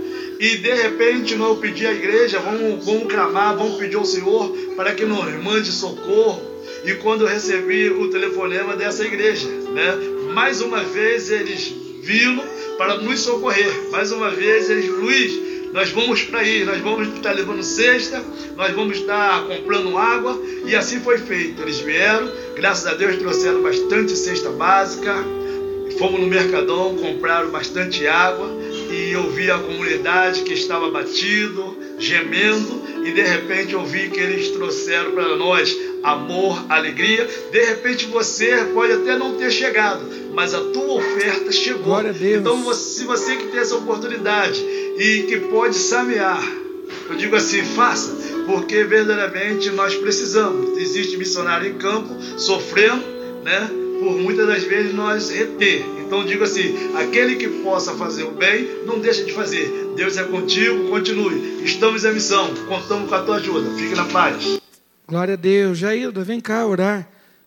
E de repente eu pedi à igreja, vamos clamar, vamos pedir ao Senhor para que nos mande socorro. E quando eu recebi o telefonema dessa igreja, né, mais uma vez eles viram para nos socorrer. Mais uma vez eles, Luiz, nós vamos para aí, nós vamos estar levando cesta, nós vamos estar comprando água. E assim foi feito. Eles vieram, graças a Deus trouxeram bastante cesta básica. Fomos no Mercadão, compraram bastante água. E eu vi a comunidade que estava batido, gemendo. E de repente eu vi que eles trouxeram para nós amor, alegria. De repente você pode até não ter chegado, mas a tua oferta chegou. Glória a Deus. Então se você que tem essa oportunidade e que pode semear, eu digo assim, faça, porque verdadeiramente nós precisamos. Existe missionário em campo sofrendo, né, por muitas das vezes nós reter. Então digo assim, aquele que possa fazer o bem, não deixa de fazer. Deus é contigo, continue. Estamos em missão, contamos com a tua ajuda. Fique na paz. Glória a Deus. Jailda, vem cá orar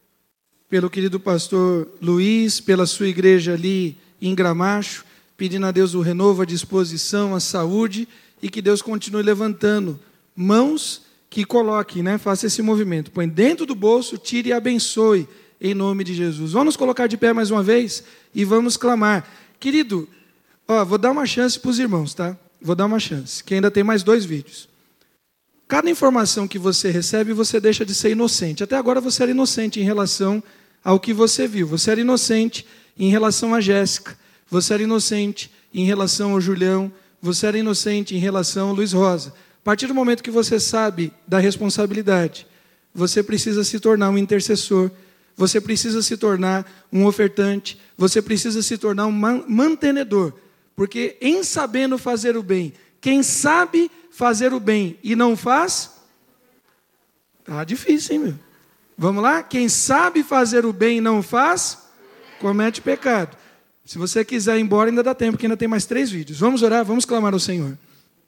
pelo querido pastor Luiz, pela sua igreja ali em Gramacho, pedindo a Deus o renovo, a disposição, a saúde, e que Deus continue levantando mãos que coloque, né, faça esse movimento. Põe dentro do bolso, tire e abençoe, em nome de Jesus. Vamos nos colocar de pé mais uma vez e vamos clamar. Querido, vou dar uma chance para os irmãos, tá? Vou dar uma chance, que ainda tem mais 2 vídeos. Cada informação que você recebe, você deixa de ser inocente. Até agora você era inocente em relação ao que você viu. Você era inocente em relação a Jéssica. Você era inocente em relação ao Julião. Você era inocente em relação ao Luiz Rosa. A partir do momento que você sabe da responsabilidade, você precisa se tornar um intercessor. Você precisa se tornar um ofertante. Você precisa se tornar um mantenedor. Porque em sabendo fazer o bem, quem sabe fazer o bem e não faz, tá difícil, hein, meu? Vamos lá? Quem sabe fazer o bem e não faz, comete pecado. Se você quiser ir embora, ainda dá tempo, porque ainda tem mais 3 vídeos. Vamos orar, vamos clamar ao Senhor.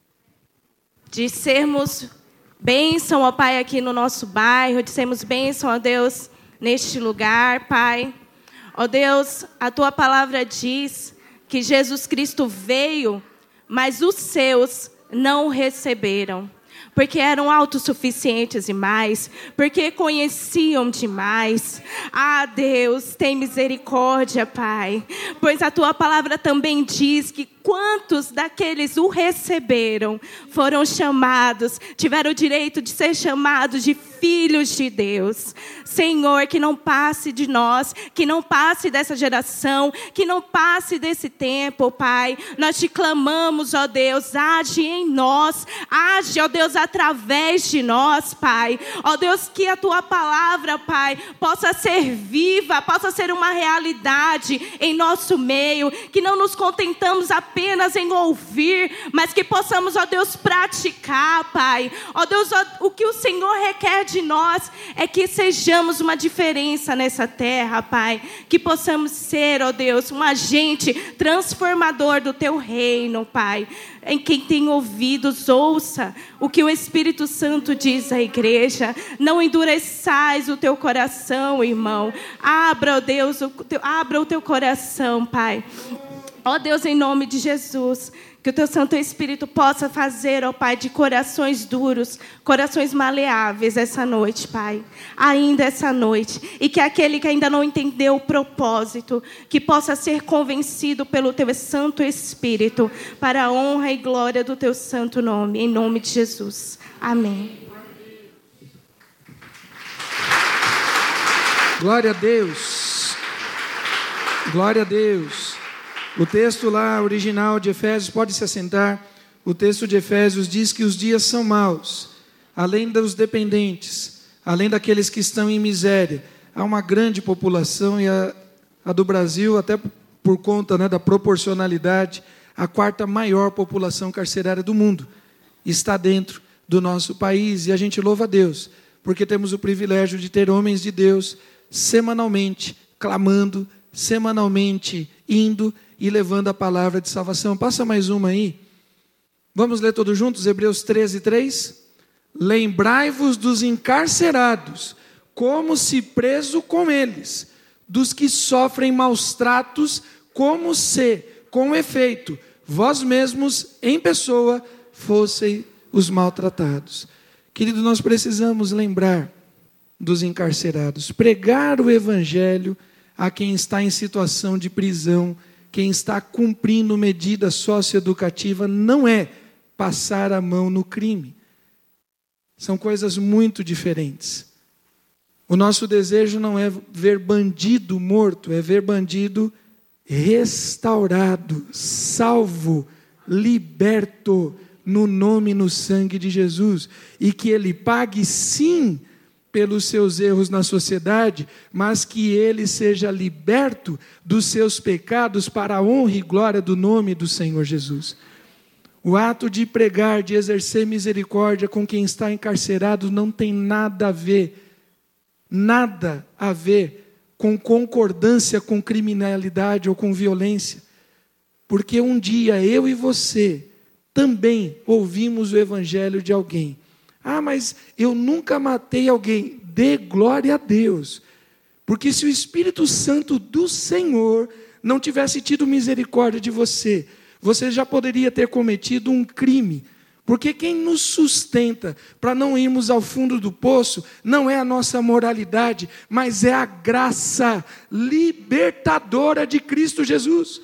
De sermos bênção, ó Pai, aqui no nosso bairro, de sermos bênção, ó Deus, neste lugar, Pai. Ó Deus, a Tua palavra diz que Jesus Cristo veio, mas os seus não o receberam, porque eram autossuficientes demais, porque conheciam demais. Ah, Deus, tem misericórdia, Pai, pois a Tua palavra também diz que quantos daqueles o receberam foram chamados, tiveram o direito de ser chamados de filhos de Deus. Senhor, que não passe de nós, que não passe dessa geração, que não passe desse tempo, Pai. Nós te clamamos, ó Deus, age em nós, age, ó Deus, através de nós, Pai. Ó Deus, que a Tua palavra, Pai, possa ser viva, possa ser uma realidade em nosso meio, que não nos contentamos apenas em ouvir, mas que possamos, ó Deus, praticar, Pai. Ó Deus, o que o Senhor requer de nós é que sejamos uma diferença nessa terra, Pai. Que possamos ser, ó Deus, um agente transformador do Teu reino, Pai. Em quem tem ouvidos, ouça o que o Espírito Santo diz à igreja. Não endureçais o teu coração, irmão. Abra, ó Deus, abra o teu coração, Pai. Ó Deus, em nome de Jesus, que o Teu Santo Espírito possa fazer, ó Pai, de corações duros, corações maleáveis essa noite, Pai. Ainda essa noite. E que aquele que ainda não entendeu o propósito, que possa ser convencido pelo Teu Santo Espírito, para a honra e glória do Teu santo nome. Em nome de Jesus. Amém. Glória a Deus. Glória a Deus. O texto lá, original de Efésios, pode se assentar. O texto de Efésios diz que os dias são maus. Além dos dependentes, além daqueles que estão em miséria, há uma grande população, e a do Brasil, até por conta, né, da proporcionalidade, a 4ª maior população carcerária do mundo está dentro do nosso país. E a gente louva a Deus, porque temos o privilégio de ter homens de Deus semanalmente clamando, semanalmente indo e levando a palavra de salvação. Passa mais uma aí. Vamos ler todos juntos, Hebreus 13:3. Lembrai-vos dos encarcerados, como se preso com eles, dos que sofrem maus tratos, como se, com efeito, vós mesmos, em pessoa, fossem os maltratados. Querido, nós precisamos lembrar dos encarcerados, pregar o evangelho a quem está em situação de prisão, quem está cumprindo medida socioeducativa, não é passar a mão no crime. São coisas muito diferentes. O nosso desejo não é ver bandido morto, é ver bandido restaurado, salvo, liberto, no nome e no sangue de Jesus. E que ele pague sim pelos seus erros na sociedade, mas que ele seja liberto dos seus pecados para a honra e glória do nome do Senhor Jesus. O ato de pregar, de exercer misericórdia com quem está encarcerado não tem nada a ver com concordância com criminalidade ou com violência. Porque um dia eu e você também ouvimos o evangelho de alguém. Ah, mas eu nunca matei alguém. Dê glória a Deus. Porque se o Espírito Santo do Senhor não tivesse tido misericórdia de você, você já poderia ter cometido um crime. Porque quem nos sustenta para não irmos ao fundo do poço não é a nossa moralidade, mas é a graça libertadora de Cristo Jesus.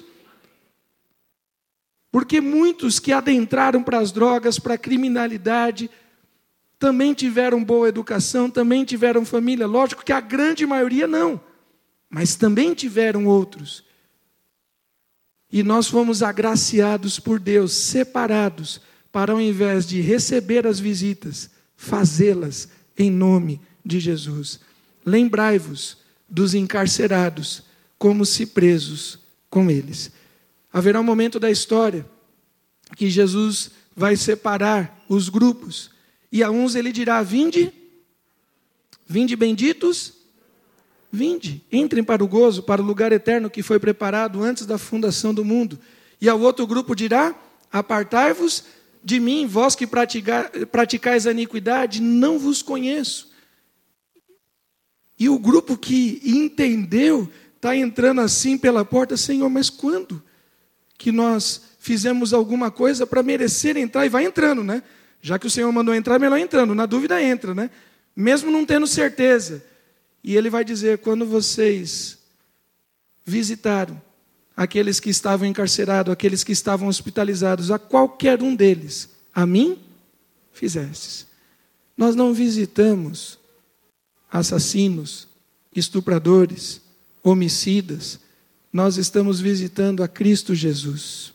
Porque muitos que adentraram para as drogas, para a criminalidade, também tiveram boa educação, também tiveram família. Lógico que a grande maioria não, mas também tiveram outros. E nós fomos agraciados por Deus, separados, para ao invés de receber as visitas, fazê-las em nome de Jesus. Lembrai-vos dos encarcerados, como se presos com eles. Haverá um momento da história que Jesus vai separar os grupos. E a uns ele dirá, vinde benditos, vinde, entrem para o gozo, para o lugar eterno que foi preparado antes da fundação do mundo. E ao outro grupo dirá, apartai-vos de mim, vós que praticais a iniquidade, não vos conheço. E o grupo que entendeu, está entrando assim pela porta, Senhor, mas quando que nós fizemos alguma coisa para merecer entrar? E vai entrando, né? Já que o Senhor mandou entrar, melhor entrando. Na dúvida entra, né? Mesmo não tendo certeza. E ele vai dizer, quando vocês visitaram aqueles que estavam encarcerados, aqueles que estavam hospitalizados, a qualquer um deles, a mim fizestes. Nós não visitamos assassinos, estupradores, homicidas. Nós estamos visitando a Cristo Jesus.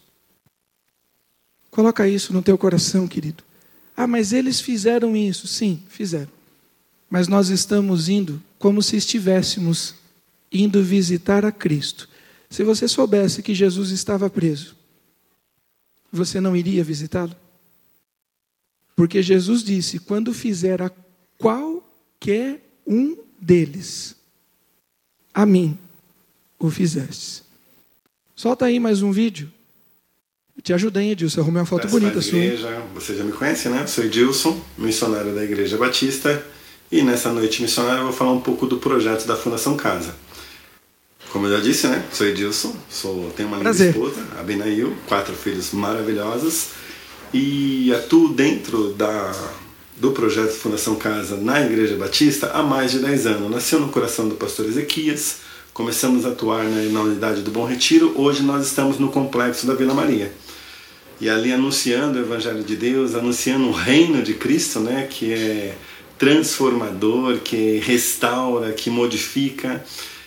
Coloca isso no teu coração, querido. Ah, mas eles fizeram isso. Sim, fizeram. Mas nós estamos indo como se estivéssemos indo visitar a Cristo. Se você soubesse que Jesus estava preso, você não iria visitá-lo? Porque Jesus disse, quando fizer a qualquer um deles, a mim o fizeste. Solta aí mais um vídeo. Eu te ajudei, Edilson, arrumei uma foto bonita sua. Você já me conhece, né? Sou Edilson, missionário da Igreja Batista. E nessa noite missionária eu vou falar um pouco do projeto da Fundação Casa. Como eu já disse, né? Sou Edilson, tenho uma linda esposa, a Benail, 4 filhos maravilhosos. E atuo dentro do projeto Fundação Casa na Igreja Batista há mais de 10 anos. Nasceu no coração do pastor Ezequias, começamos a atuar na unidade do Bom Retiro. Hoje nós estamos no complexo da Vila Maria. E ali anunciando o Evangelho de Deus, anunciando o reino de Cristo, né? Que é transformador, que restaura, que modifica.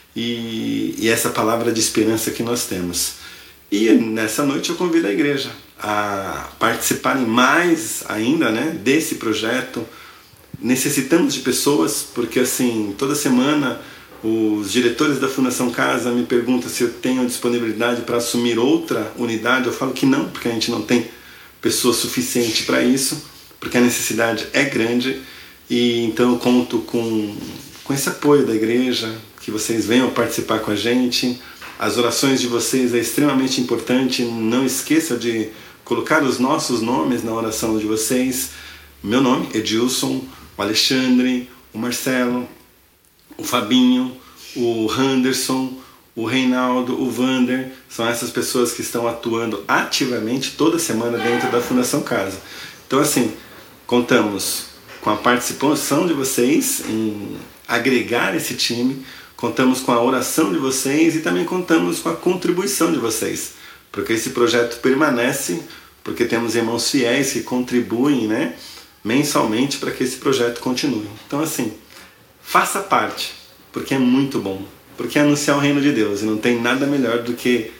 E essa palavra de esperança que nós temos. E nessa noite eu convido a igreja a participarem mais ainda, né, desse projeto. Necessitamos de pessoas, porque assim, toda semana os diretores da Fundação Casa me perguntam se eu tenho disponibilidade para assumir outra unidade. Eu falo que não, porque a gente não tem pessoa suficiente para isso, porque a necessidade é grande. E então eu conto com esse apoio da igreja, que vocês venham participar com a gente. As orações de vocês é extremamente importante. Não esqueça de colocar os nossos nomes na oração de vocês. Meu nome, Edilson, o Alexandre, o Marcelo, o Fabinho, o Anderson, o Reinaldo, o Vander, são essas pessoas que estão atuando ativamente toda semana dentro da Fundação Casa. Então assim, contamos com a participação de vocês em agregar esse time, contamos com a oração de vocês e também contamos com a contribuição de vocês, porque esse projeto permanece, porque temos irmãos fiéis que contribuem, né, mensalmente para que esse projeto continue. Então assim, faça parte, porque é muito bom, porque é anunciar o reino de Deus e não tem nada melhor do que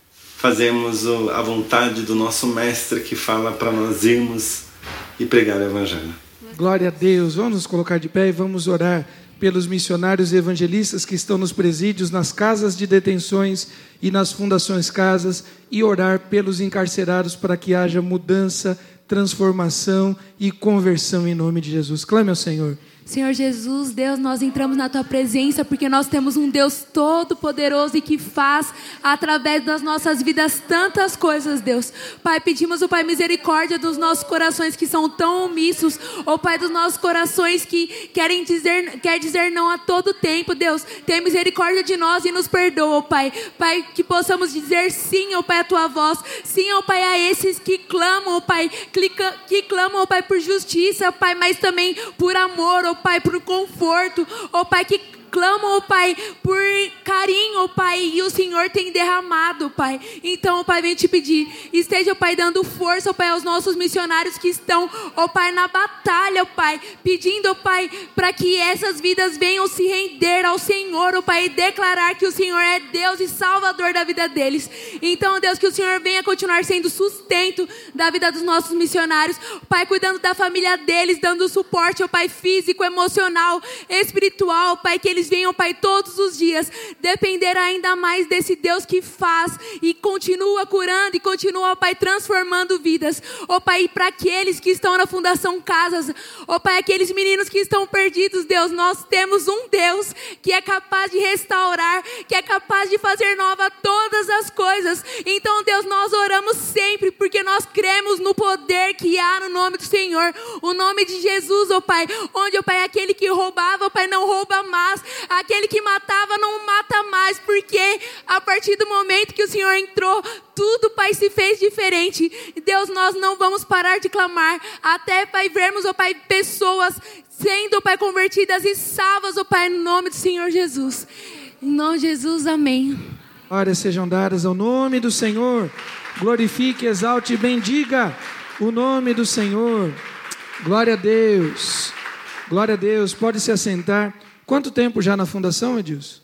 fazermos a vontade do nosso mestre que fala para nós irmos e pregar o evangelho. Glória a Deus. Vamos nos colocar de pé e vamos orar pelos missionários e evangelistas que estão nos presídios, nas casas de detenções e nas fundações casas, e orar pelos encarcerados para que haja mudança, transformação e conversão em nome de Jesus. Clame ao Senhor. Senhor Jesus, Deus, nós entramos na Tua presença porque nós temos um Deus todo-poderoso e que faz através das nossas vidas tantas coisas, Deus. Pai, pedimos, ó Pai, misericórdia dos nossos corações que são tão omissos, ó Pai, dos nossos corações que quer dizer não a todo tempo, Deus. Tem misericórdia de nós e nos perdoa, ó Pai. Pai, que possamos dizer sim, ó Pai, à Tua voz, sim, ó Pai, a esses que clamam, ó Pai, que clamam, ó Pai, por justiça, ó Pai, mas também por amor, ó Pai, por conforto, ó Pai, que clamam, ó Pai, por carinho, ó Pai, e o Senhor tem derramado, Pai. Então, ó Pai, venho te pedir, esteja, ó Pai, dando força, ó Pai, aos nossos missionários que estão, ó Pai, na batalha, ó Pai, pedindo, ó Pai, para que essas vidas venham se render ao Senhor, ó Pai, e declarar que o Senhor é Deus e Salvador da vida deles. Então, Deus, que o Senhor venha continuar sendo sustento da vida dos nossos missionários, Pai, cuidando da família deles, dando suporte, ó Pai, físico, emocional, espiritual, Pai, que eles venham, Pai, todos os dias depender ainda mais desse Deus que faz e continua curando e continua, Pai, transformando vidas. Ó Pai, para aqueles que estão na Fundação Casas, ó Pai, aqueles meninos que estão perdidos, Deus, nós temos um Deus que é capaz de restaurar, que é capaz de fazer nova todas as coisas. Então, Deus, nós oramos sempre porque nós cremos no poder que há no nome do Senhor, o nome de Jesus, ó Pai, onde, ó Pai, aquele que roubava, ó Pai, não rouba mais, aquele que matava não mata mais, porque a partir do momento que o Senhor entrou, tudo, Pai, se fez diferente. Deus, nós não vamos parar de clamar até, Pai, vermos, ó Pai, pessoas sendo, ó Pai, convertidas e salvas, ó Pai, no nome do Senhor Jesus. Em nome de Jesus, amém. Glórias sejam dadas ao nome do Senhor. Glorifique, exalte e bendiga o nome do Senhor. Glória a Deus. Glória a Deus. Pode se assentar. Quanto tempo já na fundação, Edilson?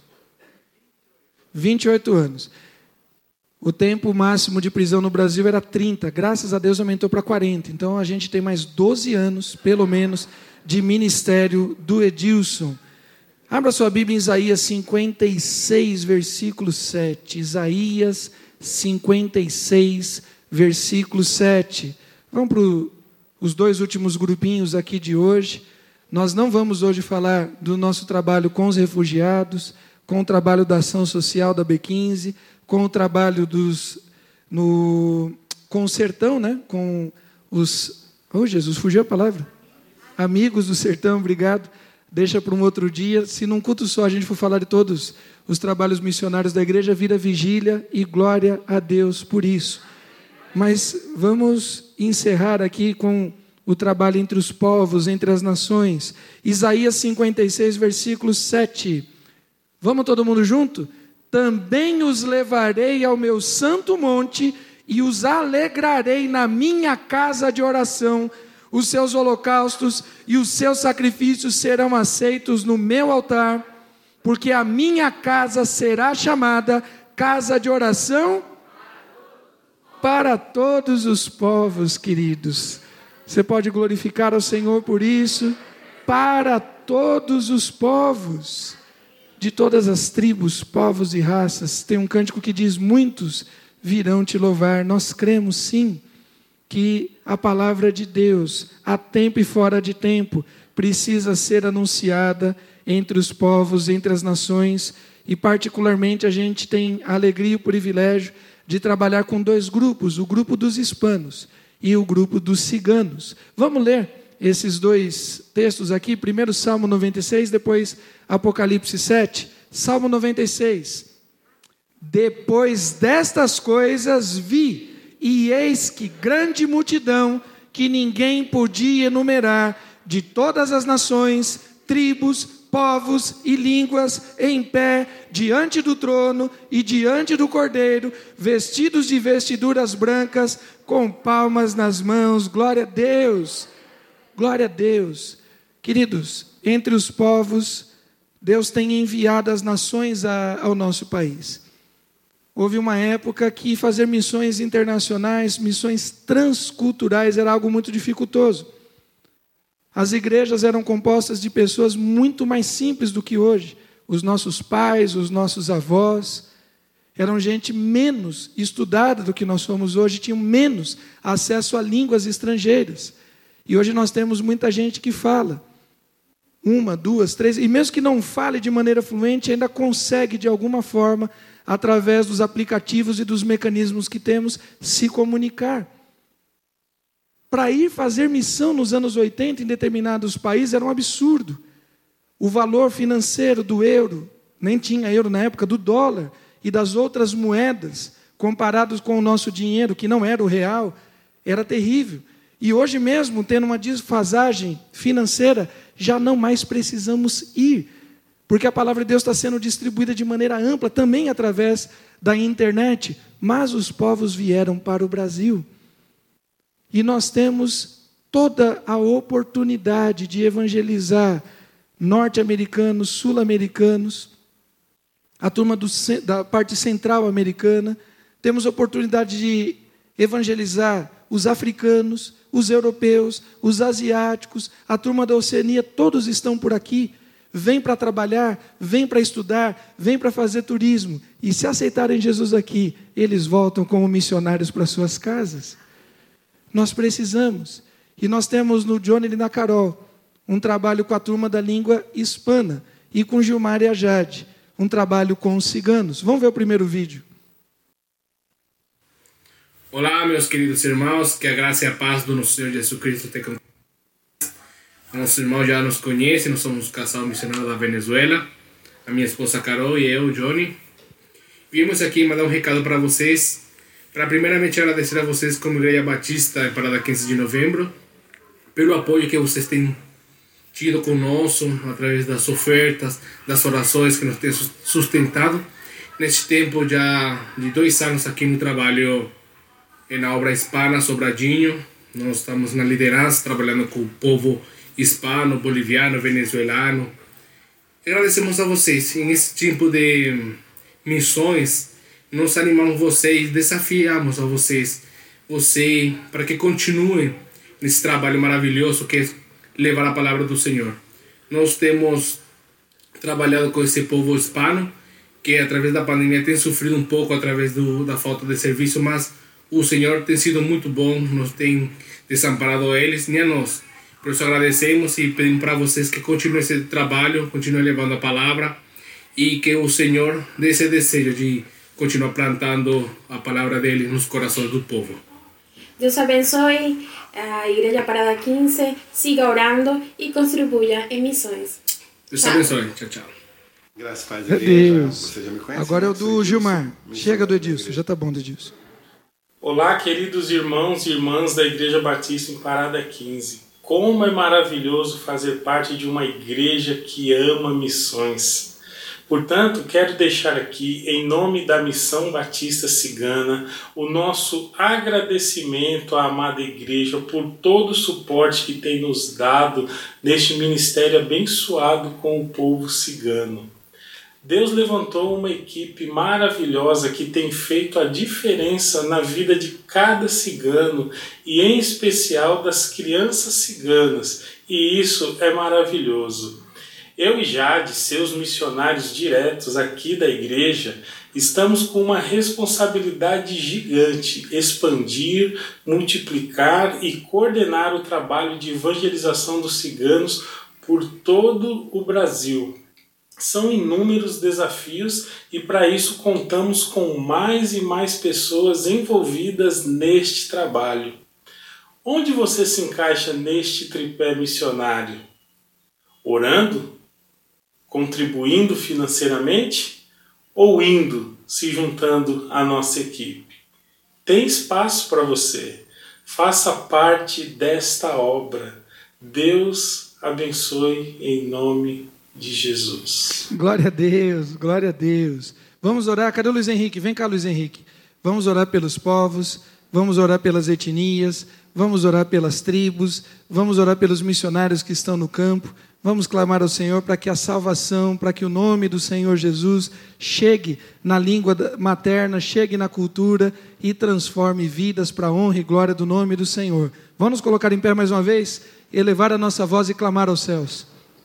28 anos. O tempo máximo de prisão no Brasil era 30. Graças a Deus aumentou para 40. Então a gente tem mais 12 anos, pelo menos, de ministério do Edilson. Abra sua Bíblia em Isaías 56, versículo 7. Isaías 56, versículo 7. Vamos para os dois últimos grupinhos aqui de hoje. Nós não vamos hoje falar do nosso trabalho com os refugiados, com o trabalho da ação social da B15, com o trabalho com o sertão, né? Com os... Oh, Jesus, fugiu a palavra. Amigos do sertão, obrigado. Deixa para um outro dia. Se num culto só a gente for falar de todos os trabalhos missionários da igreja, vira vigília e glória a Deus por isso. Mas vamos encerrar aqui com o trabalho entre os povos, entre as nações. Isaías 56, versículo 7. Vamos todo mundo junto? Também os levarei ao meu santo monte e os alegrarei na minha casa de oração. Os seus holocaustos e os seus sacrifícios serão aceitos no meu altar, porque a minha casa será chamada casa de oração para todos os povos, queridos. Você pode glorificar ao Senhor por isso, para todos os povos, de todas as tribos, povos e raças. Tem um cântico que diz: muitos virão te louvar. Nós cremos sim que a palavra de Deus, a tempo e fora de tempo, precisa ser anunciada entre os povos, entre as nações, e particularmente a gente tem a alegria e o privilégio de trabalhar com dois grupos, o grupo dos hispanos e o grupo dos ciganos. Vamos ler esses dois textos aqui, primeiro Salmo 96, depois Apocalipse 7. Salmo 96, Depois destas coisas vi, e eis que grande multidão, que ninguém podia enumerar, de todas as nações, tribos, povos e línguas, em pé, diante do trono e diante do Cordeiro, vestidos de vestiduras brancas, com palmas nas mãos. Glória a Deus, glória a Deus. Queridos, entre os povos, Deus tem enviado as nações ao nosso país. Houve uma época que fazer missões internacionais, missões transculturais, era algo muito dificultoso. As igrejas eram compostas de pessoas muito mais simples do que hoje. Os nossos pais, os nossos avós, eram gente menos estudada do que nós somos hoje, tinham menos acesso a línguas estrangeiras. E hoje nós temos muita gente que fala 1, 2, 3, e mesmo que não fale de maneira fluente, ainda consegue de alguma forma, através dos aplicativos e dos mecanismos que temos, se comunicar. Para ir fazer missão nos anos 80 em determinados países era um absurdo. O valor financeiro do euro, nem tinha euro na época, do dólar e das outras moedas, comparados com o nosso dinheiro, que não era o real, era terrível. E hoje mesmo, tendo uma desfasagem financeira, já não mais precisamos ir, porque a palavra de Deus está sendo distribuída de maneira ampla, também através da internet, mas os povos vieram para o Brasil. E nós temos toda a oportunidade de evangelizar norte-americanos, sul-americanos, a turma da parte central americana. Temos a oportunidade de evangelizar os africanos, os europeus, os asiáticos, a turma da Oceania, todos estão por aqui. Vêm para trabalhar, vêm para estudar, vêm para fazer turismo. E se aceitarem Jesus aqui, eles voltam como missionários para suas casas. Nós precisamos. E nós temos no Johnny e na Carol um trabalho com a turma da língua hispana. E com Gilmar e a Jade, um trabalho com os ciganos. Vamos ver o primeiro vídeo. Olá, meus queridos irmãos, que a graça e a paz do nosso Senhor Jesus Cristo te acompanhe. Nossos irmãos já nos conhecem, nós somos um casal missionário da Venezuela, a minha esposa Carol e eu, Johnny. Viemos aqui mandar um recado para vocês, para primeiramente agradecer a vocês como Igreja Batista em Parada 15 de novembro, pelo apoio que vocês têm tido conosco, através das ofertas, das orações que nos têm sustentado, neste tempo já de 2 anos aqui no trabalho na obra hispana Sobradinho. Nós estamos na liderança, trabalhando com o povo hispano, boliviano, venezuelano. Agradecemos a vocês. Em esse tipo de missões, nós animamos vocês, desafiamos a vocês, para que continuem nesse trabalho maravilhoso que é levar a palavra do Senhor. Nós temos trabalhado com esse povo hispano, que através da pandemia tem sofrido um pouco através da falta de serviço, mas o Senhor tem sido muito bom, nos tem desamparado a eles, nem a nós. Por isso agradecemos e pedimos para vocês que continuem esse trabalho, continuem levando a palavra e que o Senhor dê esse desejo de continuar plantando a palavra dele nos corações do povo. Deus abençoe a Igreja Parada 15, siga orando e contribua em missões. Deus abençoe. Tchau, tchau. Graças a paz, igreja. Você já me conhece? Agora é o né? do Gilmar. Chega do Edilson, já tá bom do Edilson. Olá, queridos irmãos e irmãs da Igreja Batista em Parada 15. Como é maravilhoso fazer parte de uma igreja que ama missões. Portanto, quero deixar aqui, em nome da Missão Batista Cigana, o nosso agradecimento à amada igreja por todo o suporte que tem nos dado neste ministério abençoado com o povo cigano. Deus levantou uma equipe maravilhosa que tem feito a diferença na vida de cada cigano e em especial das crianças ciganas, e isso é maravilhoso. Eu e Jade, seus missionários diretos aqui da igreja, estamos com uma responsabilidade gigante: expandir, multiplicar e coordenar o trabalho de evangelização dos ciganos por todo o Brasil. São inúmeros desafios e para isso contamos com mais e mais pessoas envolvidas neste trabalho. Onde você se encaixa neste tripé missionário? Orando? Contribuindo financeiramente? Ou indo, se juntando à nossa equipe. Tem espaço para você. Faça parte desta obra. Deus abençoe em nome de Jesus. Glória a Deus, glória a Deus. Vamos orar. Cadê o Luiz Henrique? Vem cá, Luiz Henrique. Vamos orar pelos povos, vamos orar pelas etnias, vamos orar pelas tribos, vamos orar pelos missionários que estão no campo. Vamos clamar ao Senhor para que a salvação, para que o nome do Senhor Jesus chegue na língua materna, chegue na cultura e transforme vidas para a honra e glória do nome do Senhor. Vamos nos colocar em pé mais uma vez, elevar a nossa voz e clamar aos céus.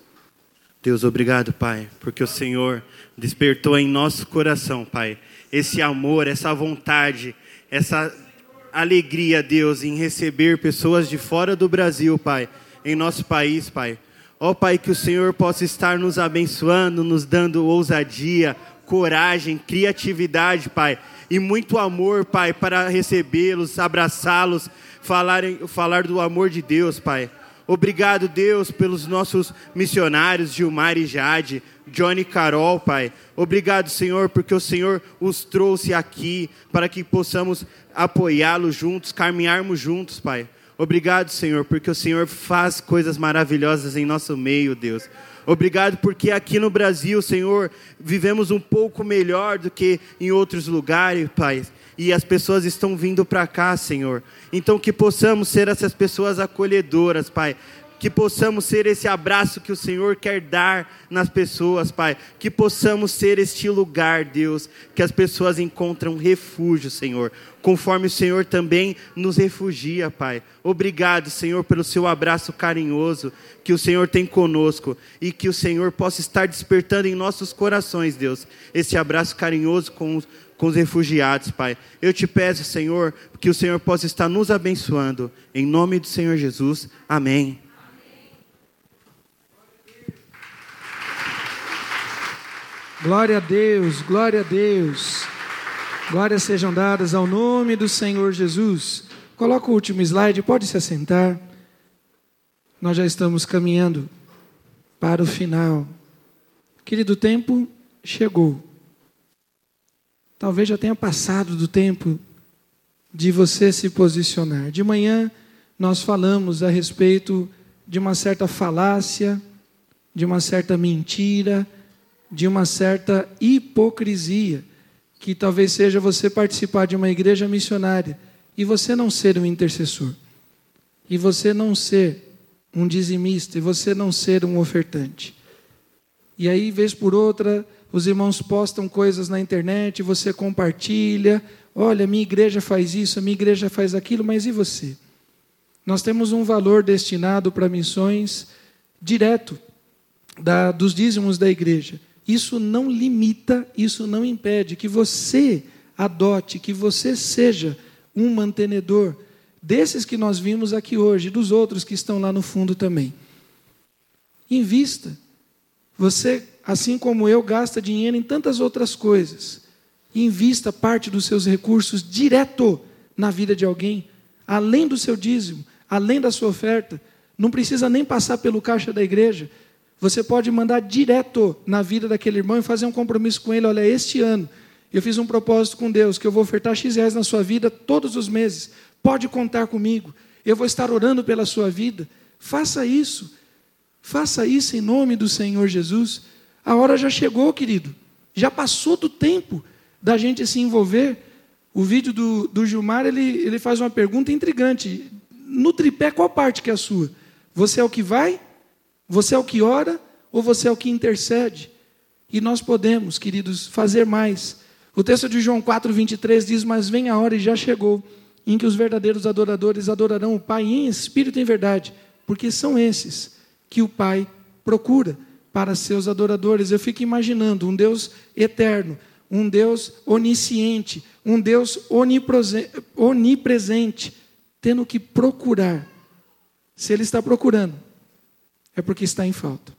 Deus, obrigado, Pai, porque o Senhor despertou em nosso coração, Pai, esse amor, essa vontade, essa alegria, Deus, em receber pessoas de fora do Brasil, Pai, em nosso país, Pai. Ó Pai, que o Senhor possa estar nos abençoando, nos dando ousadia, coragem, criatividade, Pai, e muito amor, Pai, para recebê-los, abraçá-los, falar do amor de Deus, Pai. Obrigado, Deus, pelos nossos missionários, Gilmar e Jade, Johnny e Carol, Pai. Obrigado, Senhor, porque o Senhor os trouxe aqui para que possamos apoiá-los juntos, caminharmos juntos, Pai. Obrigado, Senhor, porque o Senhor faz coisas maravilhosas em nosso meio, Deus. Obrigado porque aqui no Brasil, Senhor, vivemos um pouco melhor do que em outros lugares, Pai. E as pessoas estão vindo para cá, Senhor. Então que possamos ser essas pessoas acolhedoras, Pai. Que possamos ser esse abraço que o Senhor quer dar nas pessoas, Pai. Que possamos ser este lugar, Deus, que as pessoas encontram refúgio, Senhor. Conforme o Senhor também nos refugia, Pai. Obrigado, Senhor, pelo seu abraço carinhoso que o Senhor tem conosco. E que o Senhor possa estar despertando em nossos corações, Deus, esse abraço carinhoso com os refugiados, Pai. Eu te peço, Senhor, que o Senhor possa estar nos abençoando. Em nome do Senhor Jesus. Amém. Glória a Deus, glória a Deus. Glórias sejam dadas ao nome do Senhor Jesus. Coloca o último slide, pode se assentar. Nós já estamos caminhando para o final. Querido, o tempo chegou. Talvez já tenha passado do tempo de você se posicionar. De manhã nós falamos a respeito de uma certa falácia, de uma certa mentira, de uma certa hipocrisia, que talvez seja você participar de uma igreja missionária e você não ser um intercessor, e você não ser um dizimista, e você não ser um ofertante. E aí, vez por outra, os irmãos postam coisas na internet, você compartilha, olha, minha igreja faz isso, a minha igreja faz aquilo, mas e você? Nós temos um valor destinado para missões direto dos dízimos da igreja. Isso não limita, isso não impede que você adote, que você seja um mantenedor desses que nós vimos aqui hoje, dos outros que estão lá no fundo também. Invista. Você, assim como eu, gasta dinheiro em tantas outras coisas. Invista parte dos seus recursos direto na vida de alguém, além do seu dízimo, além da sua oferta. Não precisa nem passar pelo caixa da igreja. Você pode mandar direto na vida daquele irmão e fazer um compromisso com ele. Olha, este ano eu fiz um propósito com Deus, que eu vou ofertar X reais na sua vida todos os meses. Pode contar comigo. Eu vou estar orando pela sua vida. Faça isso. Faça isso em nome do Senhor Jesus. A hora já chegou, querido. Já passou do tempo da gente se envolver. O vídeo do Gilmar, ele faz uma pergunta intrigante. No tripé, qual parte que é a sua? Você é o que vai? Você é o que ora ou você é o que intercede? E nós podemos, queridos, fazer mais. O texto de João 4:23 diz, mas vem a hora e já chegou, em que os verdadeiros adoradores adorarão o Pai em espírito e em verdade, porque são esses que o Pai procura para seus adoradores. Eu fico imaginando um Deus eterno, um Deus onisciente, um Deus onipresente, tendo que procurar. Se Ele está procurando, é porque está em falta.